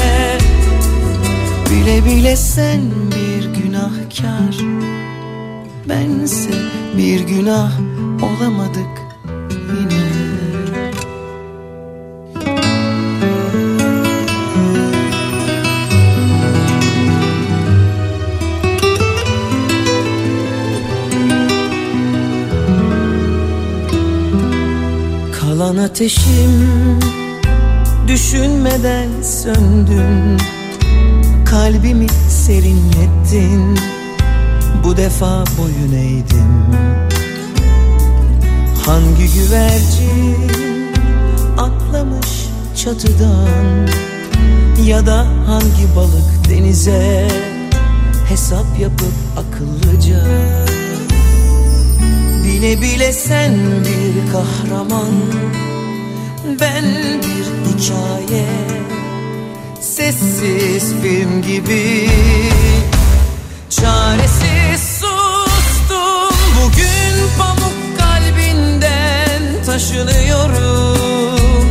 Bile bile sen bir günahkar, bense bir günah olamadık yine. Kalan ateşim düşünmeden söndün, kalbimi serinlettin, bu defa boyun eğdim. Hangi güvercin atlamış çatıdan, ya da hangi balık denize hesap yapıp akıllıca. Bile bile sen bir kahraman, ben bir hikaye, sessiz film gibi. Çaresiz sustum, bugün pamuk kalbinden taşınıyorum.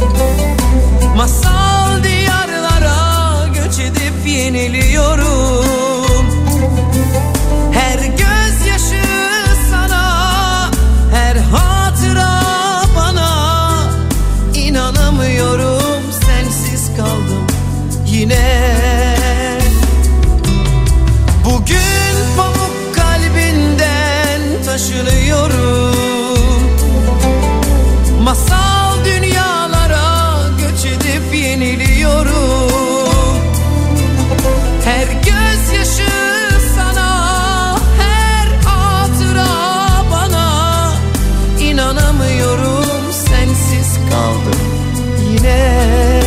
Masal diyarlara göç edip yeniliyorum. Her gözyaşı sana, her hatıra bana. İnanamıyorum, sensiz kaldım yine. Bugün pamuk kalbinden taşınıyorum. Masal dünyalara göç edip yeniliyorum. Her gözyaşı sana, her hatıra bana. İnanamıyorum, sensiz kaldım yine.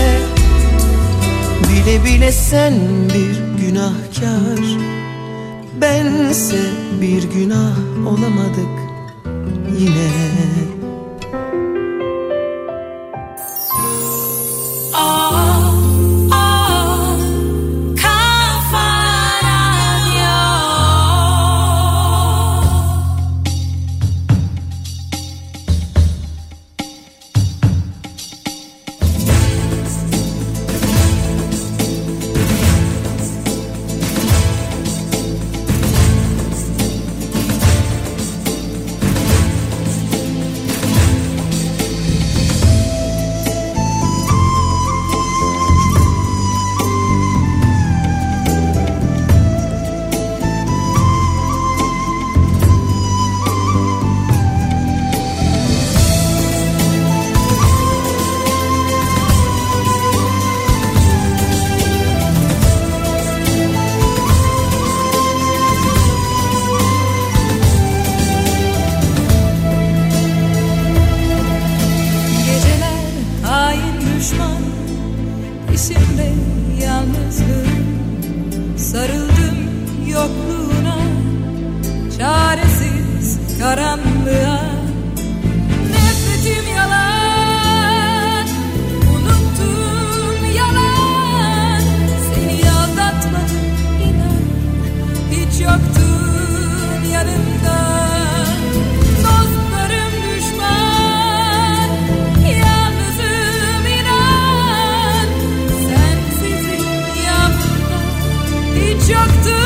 Bile bile sen bir günahkar, bense bir günah olamadık yine. peşimde yalnızlığım, sarıldım yokluğuna, çaresiz karanlığa. Nefretim yalan, unuttum yalan, seni aldatmadım inan, hiç yoktun yanımda. Dostlarım düşman, yalnızım inan, sensizim yanımda, hiç yoktun.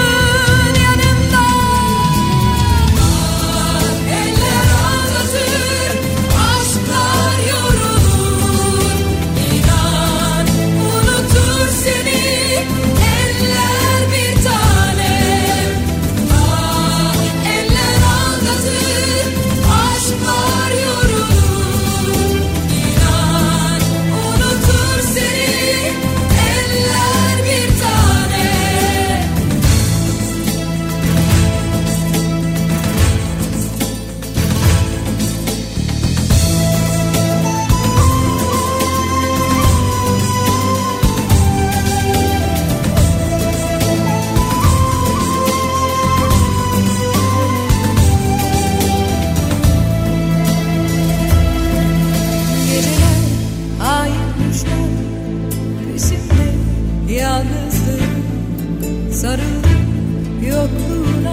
Sarıldım yokluğuna,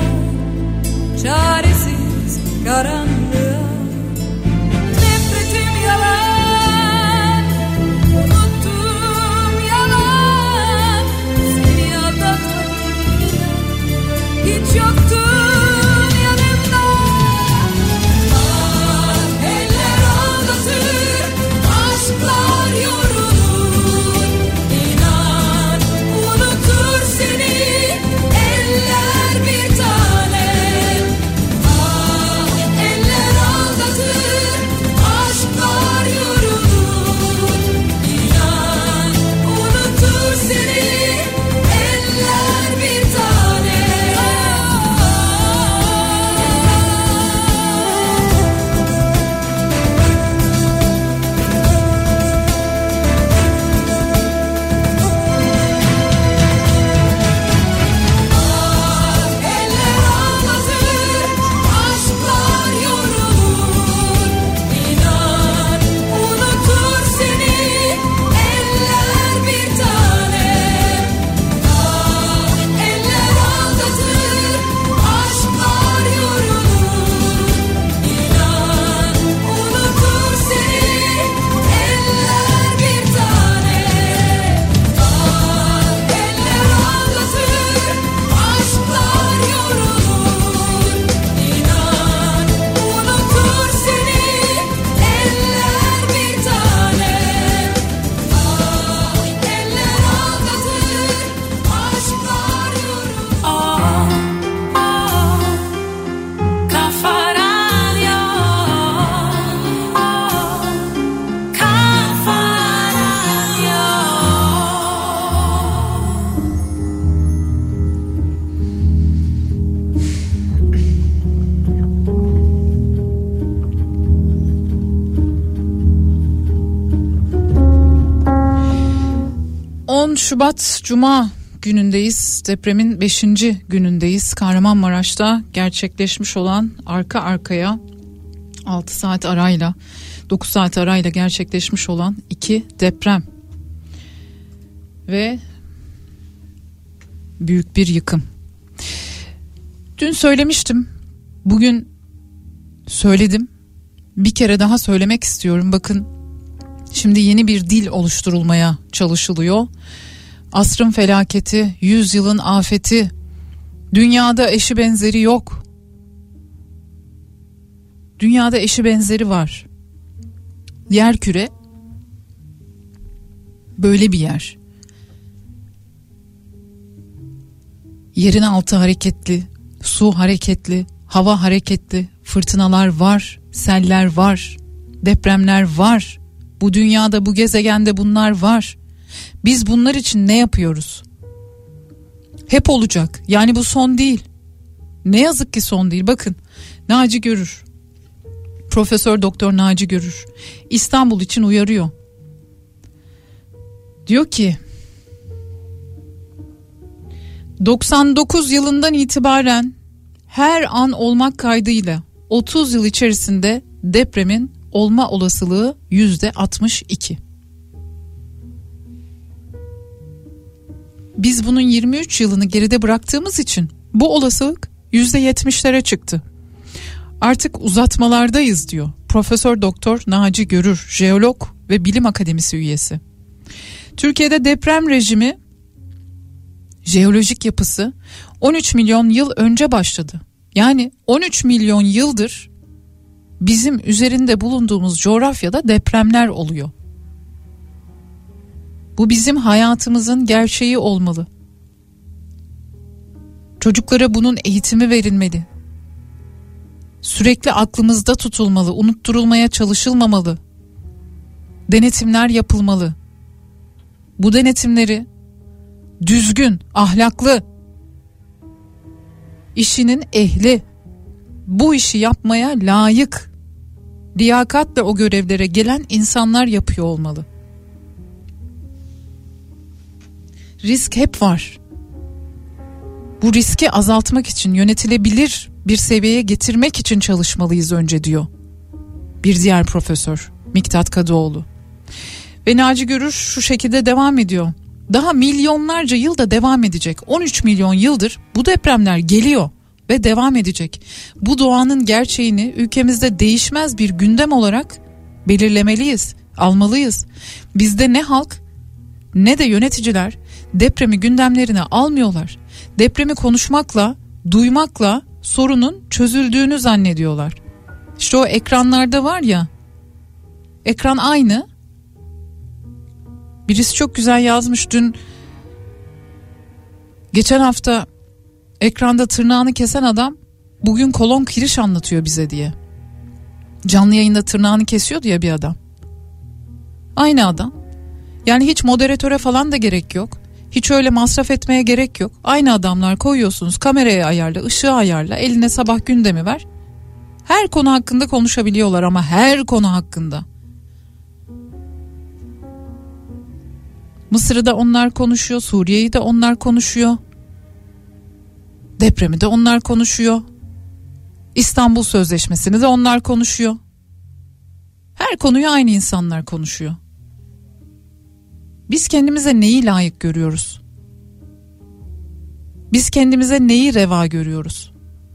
çaresiz karanlığa. Nefretim yalan, unuttum yalan, seni aldatmadım inan, hiç yoktun yanımda. Ah, eller aldatır, aşklar yorulur, inan unutur seni. Bir tanem, ah eller aldatır, aşklar yorulur, inan unutur seni, eller bir tanem. Şubat Cuma günündeyiz. Depremin 5. günündeyiz. Kahramanmaraş'ta gerçekleşmiş olan arka arkaya 6 saat arayla 9 saat arayla gerçekleşmiş olan 2 deprem ve büyük bir yıkım. Dün söylemiştim. Bugün söyledim. Bir kere daha söylemek istiyorum. Bakın, şimdi yeni bir dil oluşturulmaya çalışılıyor. Asrın felaketi, 100 yılın afeti, dünyada eşi benzeri yok. Dünyada eşi benzeri var. Yerküre böyle bir yer. Yerin altı hareketli, su hareketli, hava hareketli, fırtınalar var, seller var, depremler var. Bu dünyada, bu gezegende bunlar var. Biz bunlar için ne yapıyoruz? Hep olacak. Yani bu son değil. Ne yazık ki son değil. Bakın, Naci Görür, Profesör Doktor Naci Görür İstanbul için uyarıyor. Diyor ki 99 yılından itibaren her an olmak kaydıyla 30 yıl içerisinde depremin olma olasılığı %62. Biz bunun 23 yılını geride bıraktığımız için bu olasılık %70'lere çıktı. Artık uzatmalardayız diyor Profesör Doktor Naci Görür, jeolog ve bilim akademisi üyesi. Türkiye'de deprem rejimi, jeolojik yapısı 13 milyon yıl önce başladı. Yani 13 milyon yıldır bizim üzerinde bulunduğumuz coğrafyada depremler oluyor. Bu bizim hayatımızın gerçeği olmalı. Çocuklara bunun eğitimi verilmeli. Sürekli aklımızda tutulmalı, unutturulmaya çalışılmamalı. Denetimler yapılmalı. Bu denetimleri düzgün, ahlaklı, işinin ehli, bu işi yapmaya layık, liyakatle o görevlere gelen insanlar yapıyor olmalı. Risk hep var. Bu riski azaltmak için, yönetilebilir bir seviyeye getirmek için çalışmalıyız önce diyor bir diğer profesör Miktat Kadıoğlu. Ve Naci Görür şu şekilde devam ediyor. Daha milyonlarca yılda devam edecek. 13 milyon yıldır bu depremler geliyor ve devam edecek. Bu doğanın gerçeğini ülkemizde değişmez bir gündem olarak belirlemeliyiz, almalıyız. Bizde ne halk ne de yöneticiler depremi gündemlerine almıyorlar. Depremi konuşmakla, duymakla sorunun çözüldüğünü zannediyorlar. İşte o ekranlarda var ya, ekran aynı. Birisi çok güzel yazmış dün, geçen hafta ekranda tırnağını kesen adam bugün kolon kiriş anlatıyor bize diye. Canlı yayında tırnağını kesiyordu ya bir adam. Aynı adam. Yani hiç moderatöre falan da gerek yok. Hiç öyle masraf etmeye gerek yok. Aynı adamlar koyuyorsunuz, kameraya ayarla, ışığı ayarla, eline sabah gündemi ver. Her konu hakkında konuşabiliyorlar ama her konu hakkında. Mısır'ı da onlar konuşuyor, Suriye'yi de onlar konuşuyor. Depremi de onlar konuşuyor. İstanbul Sözleşmesi'ni de onlar konuşuyor. Her konuyu aynı insanlar konuşuyor. Biz kendimize neyi layık görüyoruz? Biz kendimize neyi reva görüyoruz?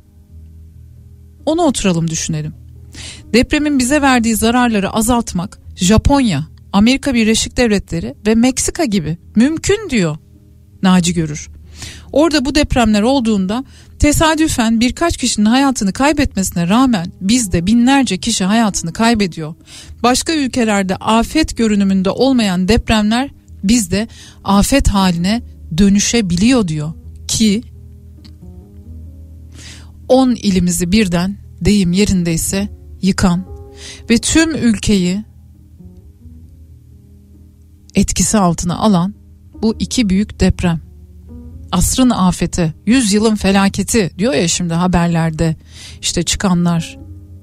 Onu oturalım düşünelim. Depremin bize verdiği zararları azaltmak Japonya, Amerika Birleşik Devletleri ve Meksika gibi mümkün diyor Naci Görür. Orada bu depremler olduğunda tesadüfen birkaç kişinin hayatını kaybetmesine rağmen bizde binlerce kişi hayatını kaybediyor. Başka ülkelerde afet görünümünde olmayan depremler bizde afet haline dönüşebiliyor diyor ki 10 ilimizi birden, deyim yerindeyse, yıkan ve tüm ülkeyi etkisi altına alan bu iki büyük deprem. Asrın afeti, 100 yılın felaketi diyor ya şimdi haberlerde işte çıkanlar.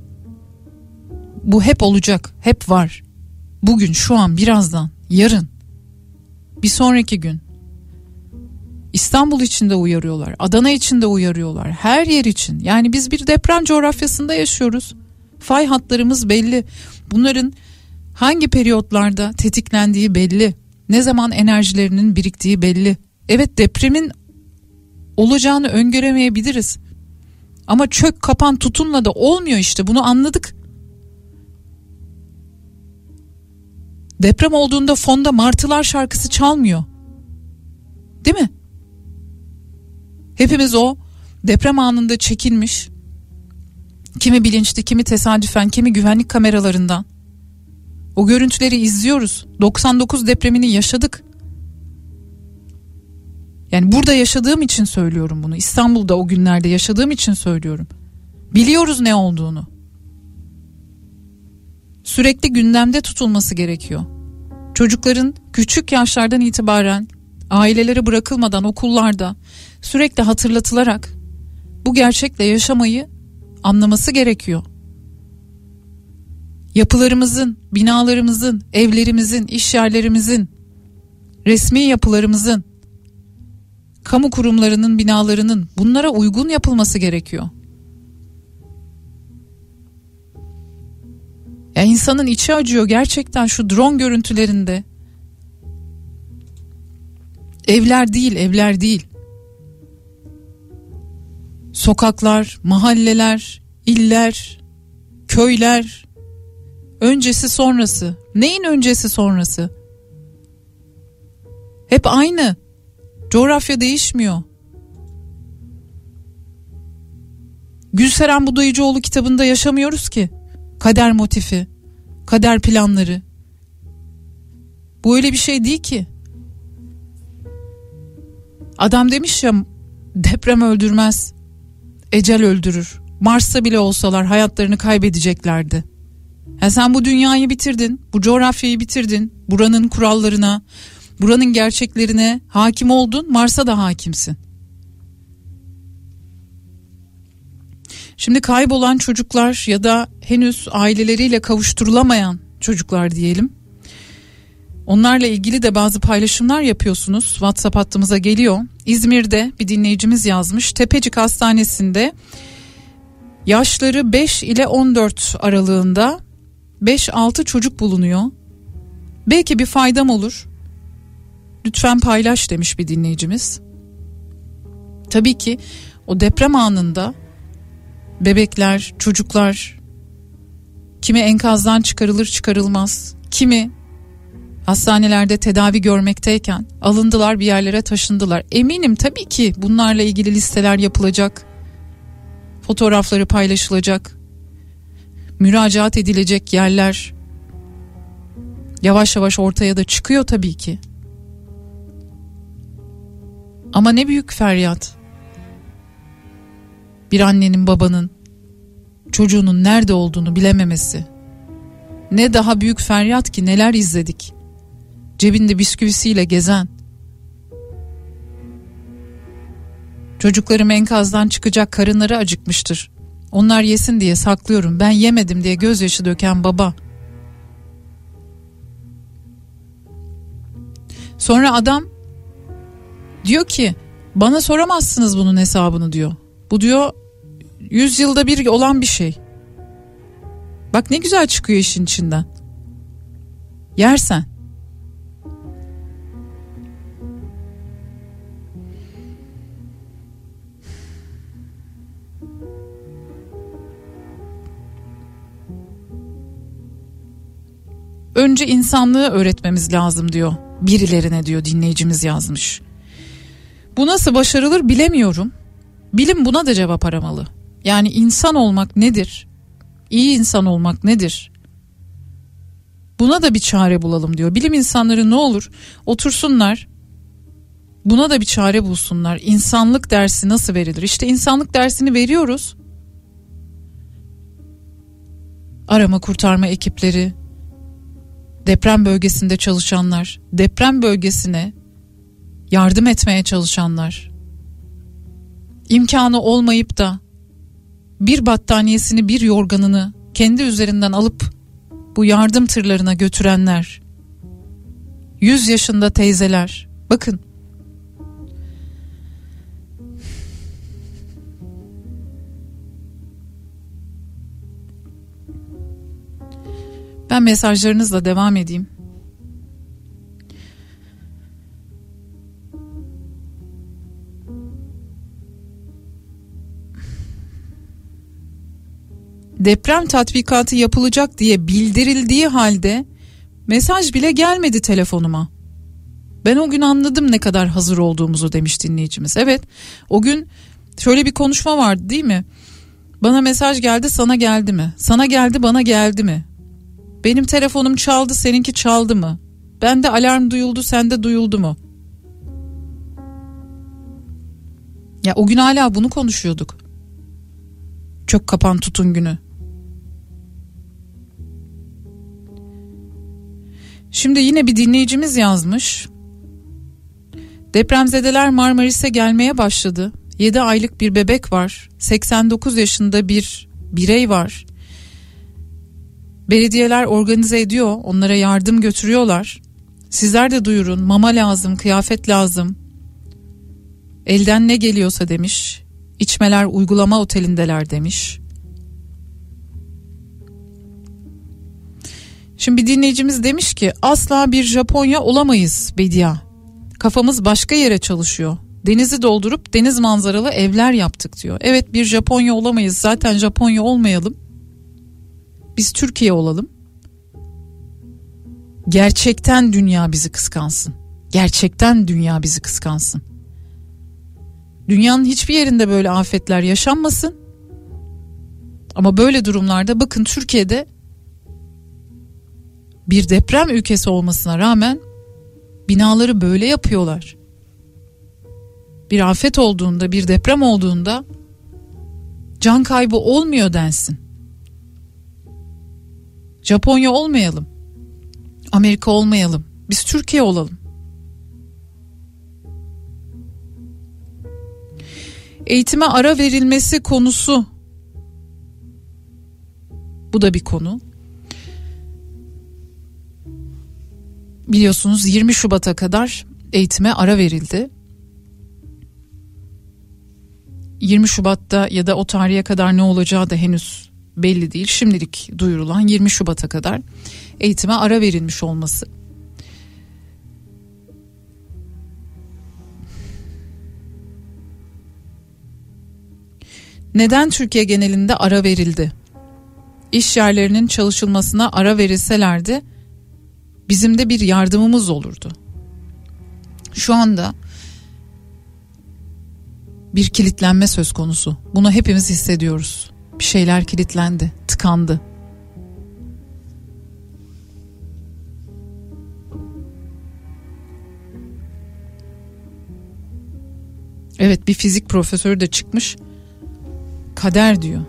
Bu hep olacak, hep var. Bugün, şu an, birazdan, yarın, bir sonraki gün. İstanbul için de uyarıyorlar, Adana için de uyarıyorlar, her yer için. Yani biz bir deprem coğrafyasında yaşıyoruz. Fay hatlarımız belli. Bunların hangi periyotlarda tetiklendiği belli. Ne zaman enerjilerinin biriktiği belli. Evet, depremin olacağını öngöremeyebiliriz. Ama çök kapan tutunla da olmuyor işte, bunu anladık. Deprem olduğunda fonda Martılar şarkısı çalmıyor. Değil mi? Hepimiz o deprem anında çekilmiş, kimi bilinçli, kimi tesadüfen, kimi güvenlik kameralarından o görüntüleri izliyoruz. 99 depremini yaşadık. Yani burada yaşadığım için söylüyorum bunu. İstanbul'da o günlerde yaşadığım için söylüyorum. Biliyoruz ne olduğunu. Sürekli gündemde tutulması gerekiyor. Çocukların küçük yaşlardan itibaren ailelere bırakılmadan okullarda sürekli hatırlatılarak bu gerçekle yaşamayı anlaması gerekiyor. Yapılarımızın, binalarımızın, evlerimizin, iş yerlerimizin, resmi yapılarımızın kamu kurumlarının, binalarının bunlara uygun yapılması gerekiyor. Ya insanın içi acıyor gerçekten şu drone görüntülerinde. Evler değil. Sokaklar, mahalleler, iller, köyler. Öncesi sonrası. Neyin öncesi sonrası? Hep aynı. Coğrafya değişmiyor. Gülseren Budayıcıoğlu kitabında yaşamıyoruz ki. Kader motifi, kader planları. Bu öyle bir şey değil ki. Adam demiş ya, deprem öldürmez, ecel öldürür. Mars'ta bile olsalar hayatlarını kaybedeceklerdi. Ya sen bu dünyayı bitirdin, bu coğrafyayı bitirdin, buranın kurallarına, buranın gerçeklerine hakim oldun, Mars'a da hakimsin. Şimdi kaybolan çocuklar ya da henüz aileleriyle kavuşturulamayan çocuklar diyelim. Onlarla ilgili de bazı paylaşımlar yapıyorsunuz. WhatsApp hattımıza geliyor. İzmir'de bir dinleyicimiz yazmış. Tepecik Hastanesi'nde yaşları 5 ile 14 aralığında 5-6 çocuk bulunuyor. Belki bir faydam olur. Lütfen paylaş demiş bir dinleyicimiz. Tabii ki o deprem anında bebekler, çocuklar kimi enkazdan çıkarılır çıkarılmaz, kimi hastanelerde tedavi görmekteyken alındılar, bir yerlere taşındılar. Eminim tabii ki bunlarla ilgili listeler yapılacak, fotoğrafları paylaşılacak, müracaat edilecek yerler yavaş yavaş ortaya da çıkıyor tabii ki. Ama ne büyük feryat. Bir annenin, babanın çocuğunun nerede olduğunu bilememesi. Ne daha büyük feryat ki, neler izledik. Cebinde bisküvisiyle gezen. Çocuklarım enkazdan çıkacak, karınları acıkmıştır. Onlar yesin diye saklıyorum, ben yemedim diye gözyaşı döken baba. Sonra adam diyor ki bana soramazsınız bunun hesabını diyor. Bu diyor 100 yılda bir olan bir şey. Bak ne güzel çıkıyor işin içinden. Yersen. Önce insanlığı öğretmemiz lazım diyor. Birilerine diyor dinleyicimiz yazmış. Bu nasıl başarılır bilemiyorum. Bilim buna da cevap aramalı. Yani insan olmak nedir? İyi insan olmak nedir? Buna da bir çare bulalım diyor. Bilim insanları ne olur otursunlar, buna da bir çare bulsunlar. İnsanlık dersi nasıl verilir? İşte insanlık dersini veriyoruz. Arama kurtarma ekipleri, deprem bölgesinde çalışanlar, deprem bölgesine yardım etmeye çalışanlar, İmkanı olmayıp da bir battaniyesini, bir yorganını kendi üzerinden alıp bu yardım tırlarına götürenler, 100 yaşında teyzeler. Bakın, ben mesajlarınızla devam edeyim. Deprem tatbikatı yapılacak diye bildirildiği halde mesaj bile gelmedi telefonuma. Ben o gün anladım ne kadar hazır olduğumuzu demiş dinleyicimiz. Evet, o gün şöyle bir konuşma vardı değil mi? Bana mesaj geldi, sana geldi mi? Sana geldi, bana geldi mi? Benim telefonum çaldı, seninki çaldı mı? Bende alarm duyuldu, sende duyuldu mu? Ya o gün hala bunu konuşuyorduk. Çök kapan tutun günü. Şimdi yine bir dinleyicimiz yazmış. Depremzedeler Marmaris'e gelmeye başladı. 7 aylık bir bebek var. 89 yaşında bir birey var. Belediyeler organize ediyor. Onlara yardım götürüyorlar. Sizler de duyurun. Mama lazım, kıyafet lazım. Elden ne geliyorsa demiş. İçmeler uygulama otelindeler demiş. Şimdi bir dinleyicimiz demiş ki asla bir Japonya olamayız Bedia. Kafamız başka yere çalışıyor. Denizi doldurup deniz manzaralı evler yaptık diyor. Evet, bir Japonya olamayız. Zaten Japonya olmayalım. Biz Türkiye olalım. Gerçekten dünya bizi kıskansın. Gerçekten dünya bizi kıskansın. Dünyanın hiçbir yerinde böyle afetler yaşanmasın. Ama böyle durumlarda bakın Türkiye'de bir deprem ülkesi olmasına rağmen binaları böyle yapıyorlar. Bir afet olduğunda, bir deprem olduğunda can kaybı olmuyor densin. Japonya olmayalım. Amerika olmayalım. Biz Türkiye olalım. Eğitime ara verilmesi konusu. Bu da bir konu. Biliyorsunuz 20 Şubat'a kadar eğitime ara verildi. 20 Şubat'ta ya da o tarihe kadar ne olacağı da henüz belli değil. Şimdilik duyurulan 20 Şubat'a kadar eğitime ara verilmiş olması. Neden Türkiye genelinde ara verildi? İş yerlerinin çalışılmasına ara verilselerdi bizim de bir yardımımız olurdu. Şu anda bir kilitlenme söz konusu. Bunu hepimiz hissediyoruz. Bir şeyler kilitlendi, tıkandı. Evet, bir fizik profesörü de çıkmış. Kader diyor.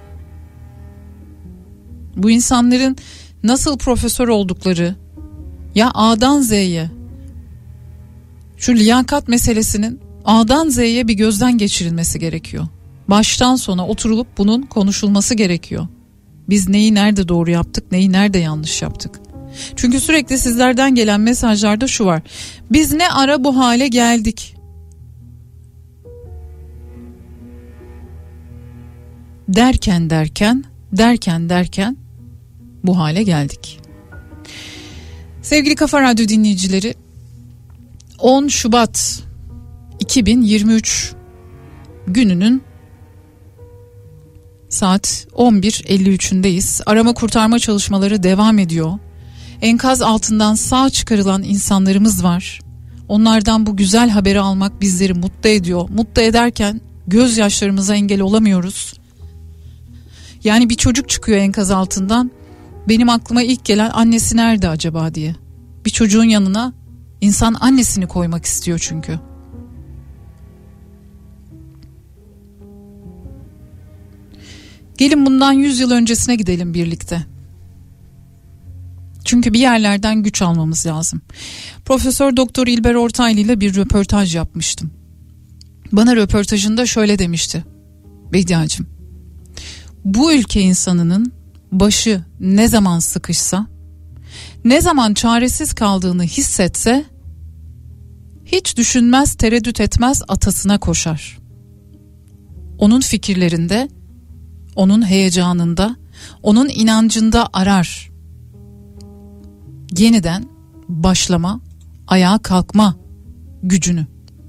Bu insanların nasıl profesör oldukları, ya A'dan Z'ye, şu liyakat meselesinin A'dan Z'ye bir gözden geçirilmesi gerekiyor. Baştan sona oturulup bunun konuşulması gerekiyor. Biz neyi nerede doğru yaptık, neyi nerede yanlış yaptık? Çünkü sürekli sizlerden gelen mesajlarda şu var. Biz ne ara bu hale geldik? Derken bu hale geldik. Sevgili Kafa Radyo dinleyicileri, 10 Şubat 2023 gününün saat 11.53'ündeyiz. Arama kurtarma çalışmaları devam ediyor. Enkaz altından sağ çıkarılan insanlarımız var. Onlardan bu güzel haberi almak bizleri mutlu ediyor. Mutlu ederken gözyaşlarımıza engel olamıyoruz. Yani bir çocuk çıkıyor enkaz altından. Benim aklıma ilk gelen annesi nerede acaba diye. Bir çocuğun yanına insan annesini koymak istiyor çünkü. Gelin bundan 100 yıl öncesine gidelim birlikte. Çünkü bir yerlerden güç almamız lazım. Profesör Doktor İlber Ortaylı ile bir röportaj yapmıştım. Bana röportajında şöyle demişti. Bediacığım, bu ülke insanının başı ne zaman sıkışsa, ne zaman çaresiz kaldığını hissetse, hiç düşünmez, tereddüt etmez, atasına koşar. Onun fikirlerinde, onun heyecanında, onun inancında arar. Yeniden başlama, ayağa kalkma gücünü.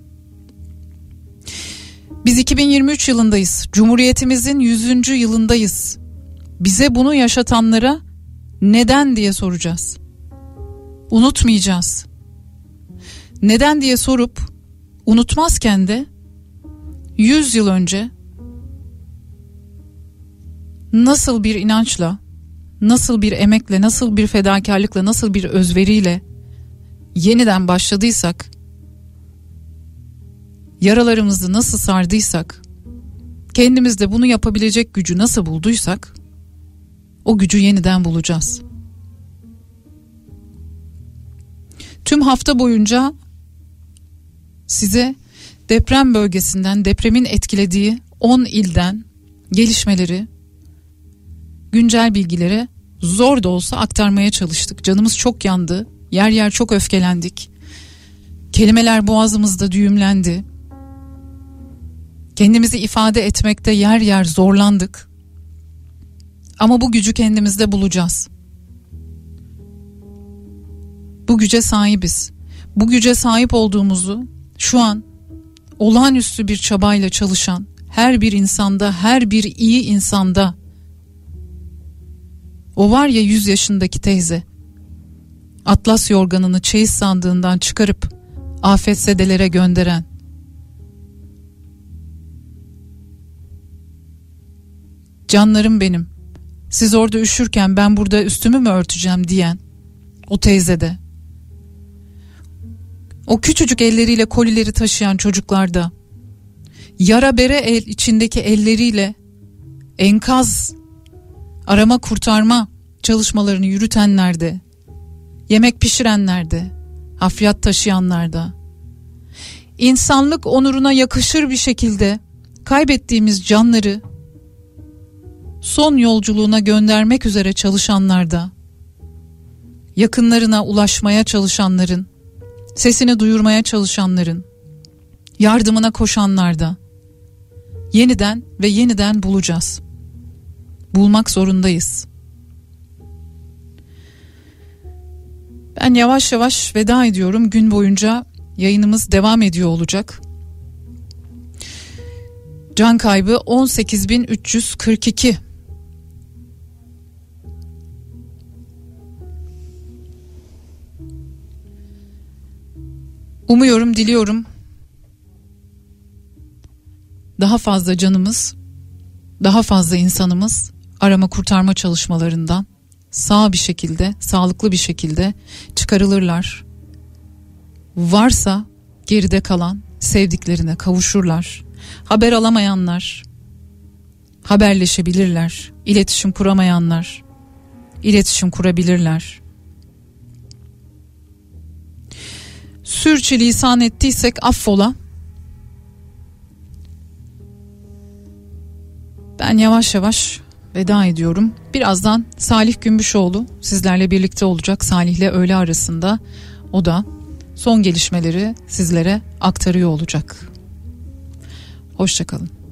Biz 2023 yılındayız. Cumhuriyetimizin 100. yılındayız. Bize bunu yaşatanlara neden diye soracağız. Unutmayacağız. Neden diye sorup unutmazken de 100 yıl önce nasıl bir inançla, nasıl bir emekle, nasıl bir fedakarlıkla, nasıl bir özveriyle yeniden başladıysak, yaralarımızı nasıl sardıysak, kendimizde bunu yapabilecek gücü nasıl bulduysak, o gücü yeniden bulacağız. Tüm hafta boyunca size deprem bölgesinden, depremin etkilediği 10 ilden gelişmeleri, güncel bilgileri zor da olsa aktarmaya çalıştık. Canımız çok yandı, yer yer çok öfkelendik. Kelimeler boğazımızda düğümlendi. Kendimizi ifade etmekte yer yer zorlandık. Ama bu gücü kendimizde bulacağız. Bu güce sahibiz. Bu güce sahip olduğumuzu şu an olağanüstü bir çabayla çalışan her bir insanda, her bir iyi insanda, o var ya 100 yaşındaki teyze, atlas yorganını çeyiz sandığından çıkarıp afetzedelere gönderen, canlarım benim, siz orada üşürken ben burada üstümü mü örteceğim diyen o teyze de, o küçücük elleriyle kolileri taşıyan çocuklarda, yara bere içindeki elleriyle enkaz arama kurtarma çalışmalarını yürütenlerde, yemek pişirenlerde, hafriyat taşıyanlarda, insanlık onuruna yakışır bir şekilde kaybettiğimiz canları son yolculuğuna göndermek üzere çalışanlarda, yakınlarına ulaşmaya çalışanların, sesini duyurmaya çalışanların, yardımına koşanlarda yeniden ve yeniden bulacağız. Bulmak zorundayız. Ben yavaş yavaş veda ediyorum. Gün boyunca yayınımız devam ediyor olacak. Can kaybı 18.342. Umuyorum, diliyorum daha fazla canımız, daha fazla insanımız arama kurtarma çalışmalarından sağ bir şekilde, sağlıklı bir şekilde çıkarılırlar. Varsa geride kalan sevdiklerine kavuşurlar. Haber alamayanlar haberleşebilirler. İletişim kuramayanlar iletişim kurabilirler. Sürçülisan ettiysek affola. Ben yavaş yavaş veda ediyorum. Birazdan Salih Gümüşoğlu sizlerle birlikte olacak. Salih'le öğle arasında o da son gelişmeleri sizlere aktarıyor olacak. Hoşça kalın.